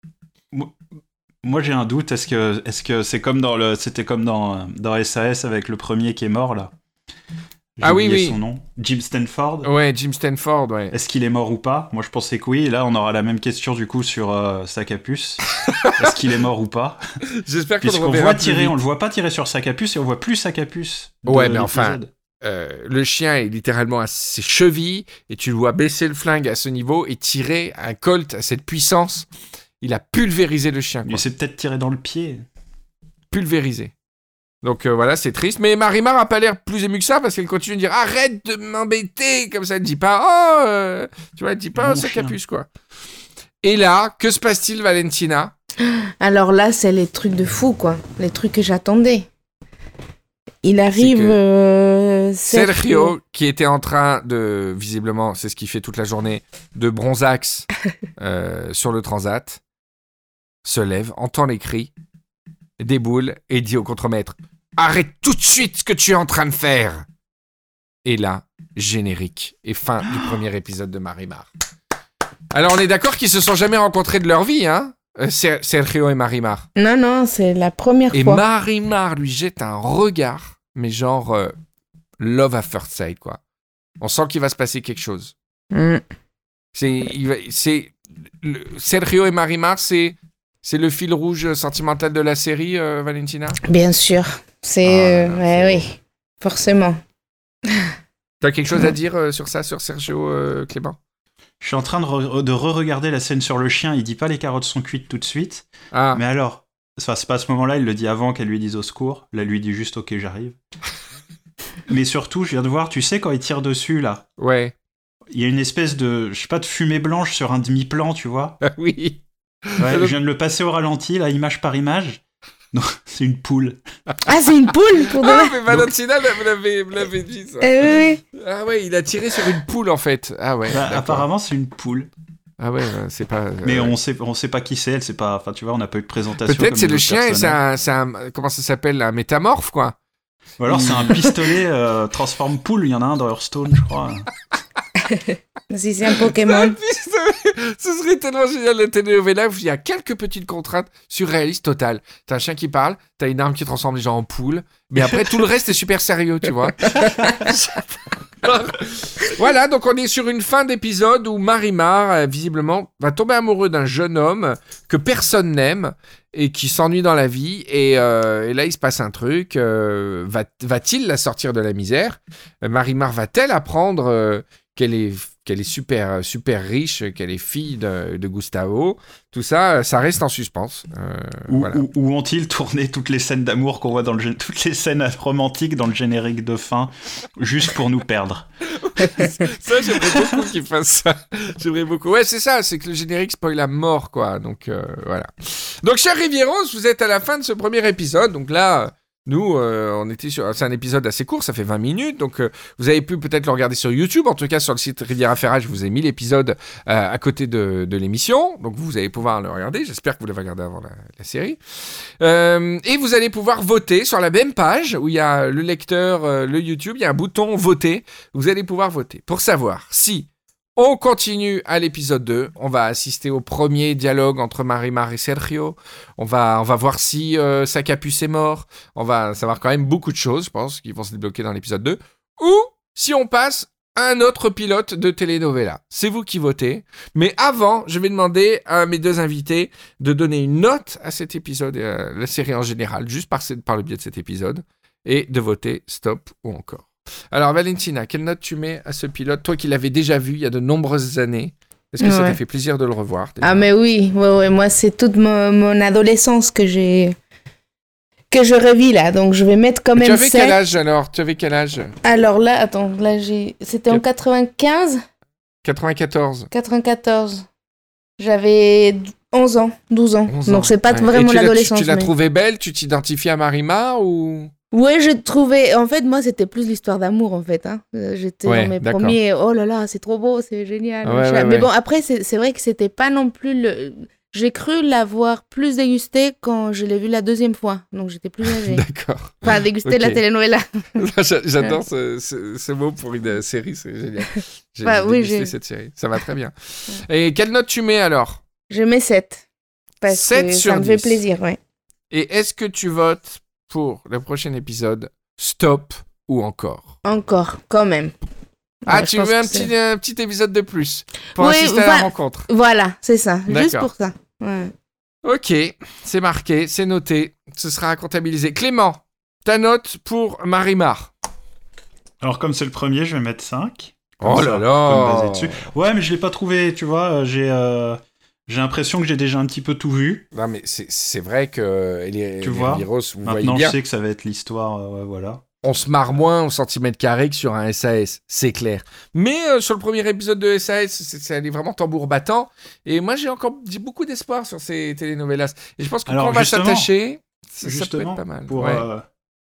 Moi, j'ai un doute. Est-ce que, est-ce que c'est comme dans le, c'était comme dans, dans S A S avec le premier qui est mort là. J'ai ah oui, oui. son nom. Jim Stanford. Ouais, Jim Stanford, ouais. Est-ce qu'il est mort ou pas ? Moi, je pensais que oui. Et là, on aura la même question du coup sur euh, Sac à puce. Est-ce qu'il est mort ou pas ? J'espère qu'on le voit tirer. On le voit pas tirer sur Sac à puce et on voit plus Sac à puce. Ouais, mais enfin, euh, le chien est littéralement à ses chevilles et tu le vois baisser le flingue à ce niveau et tirer un colt à cette puissance. Il a pulvérisé le chien. Quoi. Mais c'est peut-être tiré dans le pied. Pulvérisé. Donc euh, voilà, c'est triste. Mais Marimar a pas l'air plus émue que ça parce qu'elle continue de dire arrête de m'embêter. Comme ça, elle dit pas oh, euh... tu vois, elle dit pas oh, sac à puce, quoi. Et là, que se passe-t-il, Valentina ? Alors là, c'est les trucs de fou, quoi. Les trucs que j'attendais. Il arrive. Euh, Sergio, Sergio, qui était en train de, visiblement, c'est ce qu'il fait toute la journée, de bronzax euh, sur le transat, se lève, entend les cris, déboule et dit au contremaître « Arrête tout de suite ce que tu es en train de faire !» Et là, générique et fin du premier épisode de Marimar. Alors, on est d'accord qu'ils se sont jamais rencontrés de leur vie, hein, Sergio et Marimar. Non, non, c'est la première et fois. Et Marimar lui jette un regard, mais genre euh, love at first sight, quoi. On sent qu'il va se passer quelque chose. Mm. C'est, il va, c'est le, Sergio et Marimar, c'est C'est le fil rouge sentimental de la série, euh, Valentina ? Bien sûr. C'est... Ah, euh, ouais, oui, forcément. T'as quelque chose à dire euh, sur ça, sur Sergio euh, Clément ? Je suis en train de, re- de re-regarder la scène sur le chien. Il dit pas les carottes sont cuites tout de suite. Ah. Mais alors, enfin, c'est pas à ce moment-là, il le dit avant qu'elle lui dise au secours. Là, lui dit juste ok, j'arrive. Mais surtout, je viens de voir, tu sais, quand il tire dessus, là. Ouais. il y a une espèce de, je sais pas, de fumée blanche sur un demi-plan, tu vois. Ah oui. Ouais, je viens de le passer au ralenti, là, image par image. Non, c'est une poule. Ah, c'est une poule pour de Ah, vrai. mais Valentina, vous l'avez, vous l'avez dit, ça. Eh oui, oui. Ah ouais, il a tiré sur une poule, en fait. Ah ouais, Bah, d'accord. apparemment, c'est une poule. Ah ouais, euh, c'est pas... euh, Mais on sait, on sait pas qui c'est, elle sait pas. Enfin, tu vois, on n'a pas eu de présentation. Peut-être comme c'est les le autres chien et c'est personnages. un, c'est un... Comment ça s'appelle, un métamorphe, quoi. Ou alors c'est un pistolet euh, transforme poule. Il y en a un dans Hearthstone, je crois. Si c'est un Pokémon. Ce serait tellement génial la telenovela où il y a quelques petites contraintes surréalistes totales. T'as un chien qui parle, t'as une arme qui transforme les gens en poules, mais après tout le reste est super sérieux, tu vois. Voilà, donc on est sur une fin d'épisode où Marimar, euh, visiblement, va tomber amoureux d'un jeune homme que personne n'aime et qui s'ennuie dans la vie. Et, euh, et là, il se passe un truc. Euh, va, va-t-il la sortir de la misère ? Euh, Marimar va-t-elle apprendre euh, qu'elle est, qu'elle est super, super riche, qu'elle est fille de, de Gustavo ? Tout ça, ça reste en suspens. Euh, Où, voilà. où- où ont-ils tourné toutes les scènes d'amour qu'on voit dans le gé- toutes les scènes romantiques dans le générique de fin, juste pour nous perdre. Ça, j'aimerais beaucoup qu'ils fassent ça. J'aimerais beaucoup. Ouais, c'est ça, c'est que le générique spoil à mort, quoi. Donc, euh, voilà. Donc, chers Rivieros, vous êtes à la fin de ce premier épisode. Donc là, nous, euh, on était sur... C'est un épisode assez court, ça fait vingt minutes. Donc, euh, vous avez pu peut-être le regarder sur YouTube. En tout cas, sur le site Riviera Ferrage, je vous ai mis l'épisode euh, à côté de, de l'émission. Donc, vous allez pouvoir le regarder. J'espère que vous l'avez regardé avant la, la série. Euh, et vous allez pouvoir voter sur la même page où il y a le lecteur, euh, le YouTube. Il y a un bouton voter. Vous allez pouvoir voter pour savoir si on continue à l'épisode deux. On va assister au premier dialogue entre Marimar et Sergio. On va, on va voir si euh, Sacapus est mort. On va savoir quand même beaucoup de choses, je pense, qui vont se débloquer dans l'épisode deux. Ou si on passe à un autre pilote de telenovela. C'est vous qui votez. Mais avant, je vais demander à mes deux invités de donner une note à cet épisode et à la série en général, juste par, par le biais de cet épisode, et de voter stop ou encore. Alors, Valentina, quelle note tu mets à ce pilote ? Toi qui l'avais déjà vu il y a de nombreuses années, est-ce que ça Ouais. t'a fait plaisir de le revoir déjà ? Ah, mais oui, ouais, ouais, moi, c'est toute mon, mon adolescence que j'ai. que je revis là. Donc, je vais mettre quand Tu même avais sept. quel âge alors ? Tu avais quel âge ? Alors là, attends, là, j'ai. C'était en quatre-vingt-quinze quatre-vingt-quatorze. quatre-vingt-quatorze. J'avais onze ans, douze ans. onze ans. Donc, c'est pas Ouais. vraiment Et tu l'as- l'adolescence. Tu, tu l'as mais- trouvée belle ? Tu t'identifies à Marimar ou... Ouais, j'ai trouvé. En fait, moi, c'était plus l'histoire d'amour, en fait. Hein. Euh, J'étais Ouais, dans mes d'accord. premiers. Oh là là, c'est trop beau, c'est génial. Ouais, machin. ouais, Mais ouais. bon, après, c'est c'est vrai que c'était pas non plus le. J'ai cru l'avoir plus dégusté quand je l'ai vu la deuxième fois. Donc, j'étais plus âgée. D'accord. Enfin, déguster Ok. la telenovela. J'a- J'adore ce, ce, ce mot pour une série, c'est génial. J'ai Bah, j'ai oui, dégusté j'ai- cette série, ça va très bien. Et quelle note tu mets alors ? Je mets sept. Parce sept que sur ça me fait dix. plaisir, ouais. Et est-ce que tu votes pour le prochain épisode stop ou encore ? Encore, quand même. Ah, Ouais, tu je pense veux un que c'est- petit, un petit épisode de plus pour Oui, assister à voilà. la rencontre. Voilà, c'est ça. Juste D'accord. pour ça. Ouais. Ok, c'est marqué, c'est noté, ce sera comptabilisé. Clément, ta note pour Marimar. Alors, comme c'est le premier, je vais mettre cinq. Oh Comme là ça, là. comme basé dessus. Ouais, mais je l'ai pas trouvé, tu vois. euh, J'ai euh, j'ai l'impression que j'ai déjà un petit peu tout vu. Non mais c'est c'est vrai que les, Tu les vois, Riveros, vous voyez Maintenant, bien, je sais que ça va être l'histoire. euh, ouais, voilà. on se marre moins au centimètre carré que sur un S A S, c'est clair. Mais euh, sur le premier épisode de S A S, c'est c'est allé vraiment tambour battant. Et moi, j'ai encore j'ai beaucoup d'espoir sur ces telenovelas. Et je pense que Alors, quand on va justement, s'attacher, ça, ça peut Justement, être pas mal. pour Ouais. euh,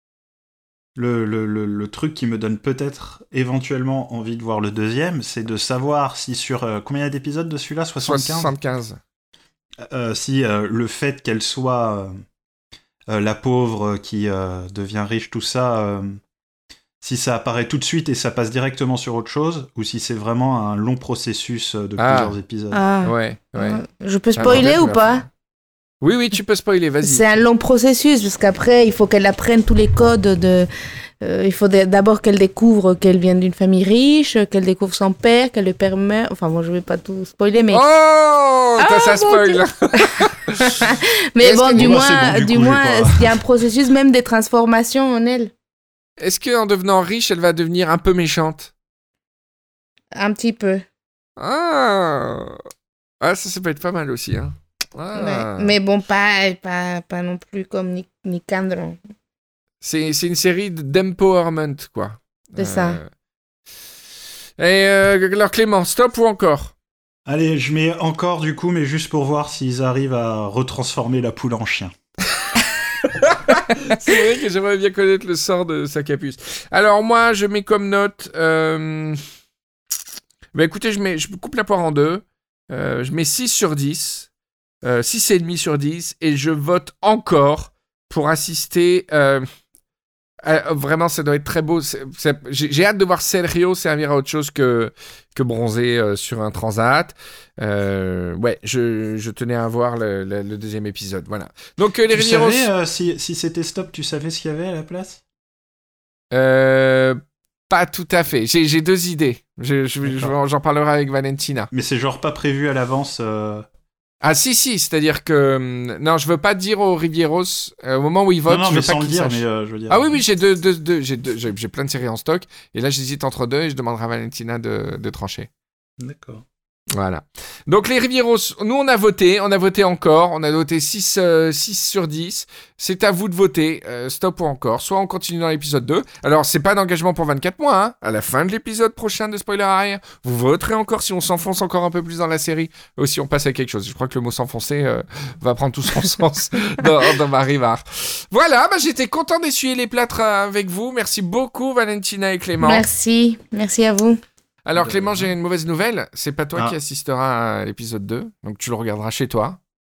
le, le, le, le truc qui me donne peut-être éventuellement envie de voir le deuxième, c'est de savoir si sur... euh, combien il y a d'épisodes de celui-là ? soixante-quinze soixante-quinze. Euh, si euh, le fait qu'elle soit euh, euh, la pauvre qui euh, devient riche, tout ça, euh, si ça apparaît tout de suite et ça passe directement sur autre chose, ou si c'est vraiment un long processus euh, de Ah. plusieurs épisodes. Ah. Ouais, ouais. Euh, Je peux Ah, spoiler peut-être ou la pas fin. Oui, oui, tu peux spoiler, vas-y. C'est un long processus, parce qu'après, il faut qu'elle apprenne tous les codes de... euh, il faut d- d'abord qu'elle découvre qu'elle vient d'une famille riche, qu'elle découvre son père, qu'elle le père meurt. Enfin, bon, je vais pas tout spoiler, mais... Oh, Ah, ça, ça mon spoil. Dieu. mais Est-ce bon, que- du Bon, bah, moins, c'est bon, du du coup, moins, j'ai pas- il y a un processus même des transformations en elle. Est-ce qu'en devenant riche, elle va devenir un peu méchante ? Un petit peu. Ah, ah ça, ça peut être pas mal aussi. Hein. Ah. Ouais. Mais bon, pas, pas, pas non plus comme Nic- Nicandre. C'est, c'est une série d'empowerment, quoi. C'est ça. Et euh, alors Clément, stop ou encore? Allez, je mets encore du coup, mais juste pour voir s'ils arrivent à retransformer la poule en chien. C'est vrai que j'aimerais bien connaître le sort de sa capuce. Alors moi, je mets comme note... Euh... Bah écoutez, je, mets... je coupe la poire en deux. Euh, je mets six sur dix. Euh, six virgule cinq sur dix. Et je vote encore pour assister... Euh... Euh, vraiment, ça doit être très beau. C'est, c'est, j'ai, j'ai hâte de voir Sergio servir à autre chose que, que bronzer euh, sur un transat. Euh, ouais, je, je tenais à voir le, le, le deuxième épisode. Voilà. Donc, euh, les tu Rivieros... savais, euh, si, si c'était stop, tu savais ce qu'il y avait à la place? Euh... Pas tout à fait. J'ai, j'ai deux idées. Je, je, je, j'en parlerai avec Valentina. Mais c'est genre pas prévu à l'avance euh... Ah si, si, c'est-à-dire que... Non, je veux pas dire aux Rivieros, euh, au moment où ils votent, non, non, je veux mais pas sans qu'ils le dire, sachent. mais euh, je veux dire... Ah oui, oui, j'ai, deux, deux, deux, j'ai, deux, j'ai, j'ai plein de séries en stock, et là j'hésite entre deux, et je demanderai à Valentina de, de trancher. D'accord. Voilà. Donc les Rivieros, nous on a voté, on a voté encore, on a voté six, euh, six sur dix. C'est à vous de voter, euh, stop ou encore. Soit on continue dans l'épisode deux. Alors c'est pas d'engagement pour vingt-quatre mois, hein. À la fin de l'épisode prochain de Spoiler Arrière, vous voterez encore si on s'enfonce encore un peu plus dans la série, ou si on passe à quelque chose. Je crois que le mot s'enfoncer euh, va prendre tout son sens dans, dans Marimar. Voilà, bah, j'étais content d'essuyer les plâtres avec vous. Merci beaucoup Valentina et Clément. Merci, merci à vous. Alors Clément, j'ai une mauvaise nouvelle, c'est pas toi ah. qui assisteras à l'épisode deux, donc tu le regarderas chez toi.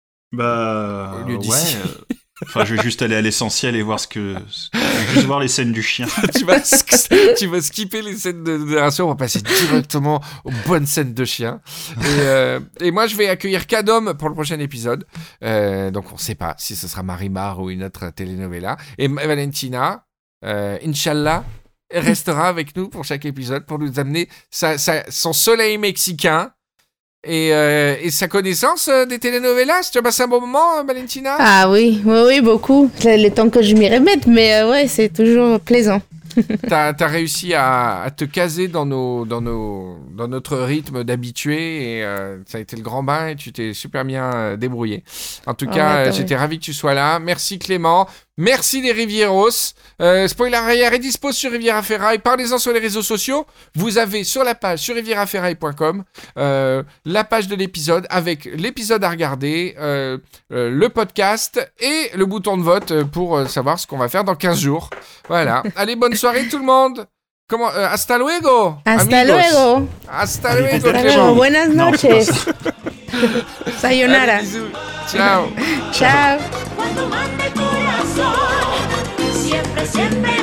Bah Au lieu ouais. d'ici. Euh... Enfin, je vais juste aller à l'essentiel et voir ce que, juste voir les scènes du chien. tu vas, tu vas skipper les scènes de narration, on va passer directement aux bonnes scènes de chien. Et, euh, et moi, je vais accueillir Kadom pour le prochain épisode. Euh, donc, on sait pas si ce sera Marimar ou une autre telenovela. Et Valentina, euh, Inch'Allah, restera avec nous pour chaque épisode pour nous amener sa, sa, son soleil mexicain et, euh, et sa connaissance euh, des telenovelas. Tu as passé un bon moment, Valentina? Ah oui, oui, oui, beaucoup. Le, le temps que je m'y remette, mais euh, ouais, c'est toujours plaisant. T'as, t'as réussi à, à te caser dans, nos, dans, nos, dans notre rythme d'habitué et euh, ça a été le grand bain et tu t'es super bien euh, débrouillé. En tout Oh, cas, attends, euh, j'étais oui. ravi que tu sois là. Merci Clément. Merci les Rivieros. Euh, Spoiler Arrière est dispo sur Riviera Ferraille. Parlez-en sur les réseaux sociaux. Vous avez sur la page sur riviera ferraille point com euh, la page de l'épisode avec l'épisode à regarder, euh, euh, le podcast et le bouton de vote pour euh, savoir ce qu'on va faire dans quinze jours. Voilà. Allez, bonne soirée tout le monde. Comment, euh, hasta luego. Hasta amigos. luego. Hasta Allez, luego, peut-être Hasta Clément. luego. Buenas Non, c'est pas noches. ça. Sayonara. Allez, bisous. Ciao. Ciao. Cuando mande el corazón, siempre, siempre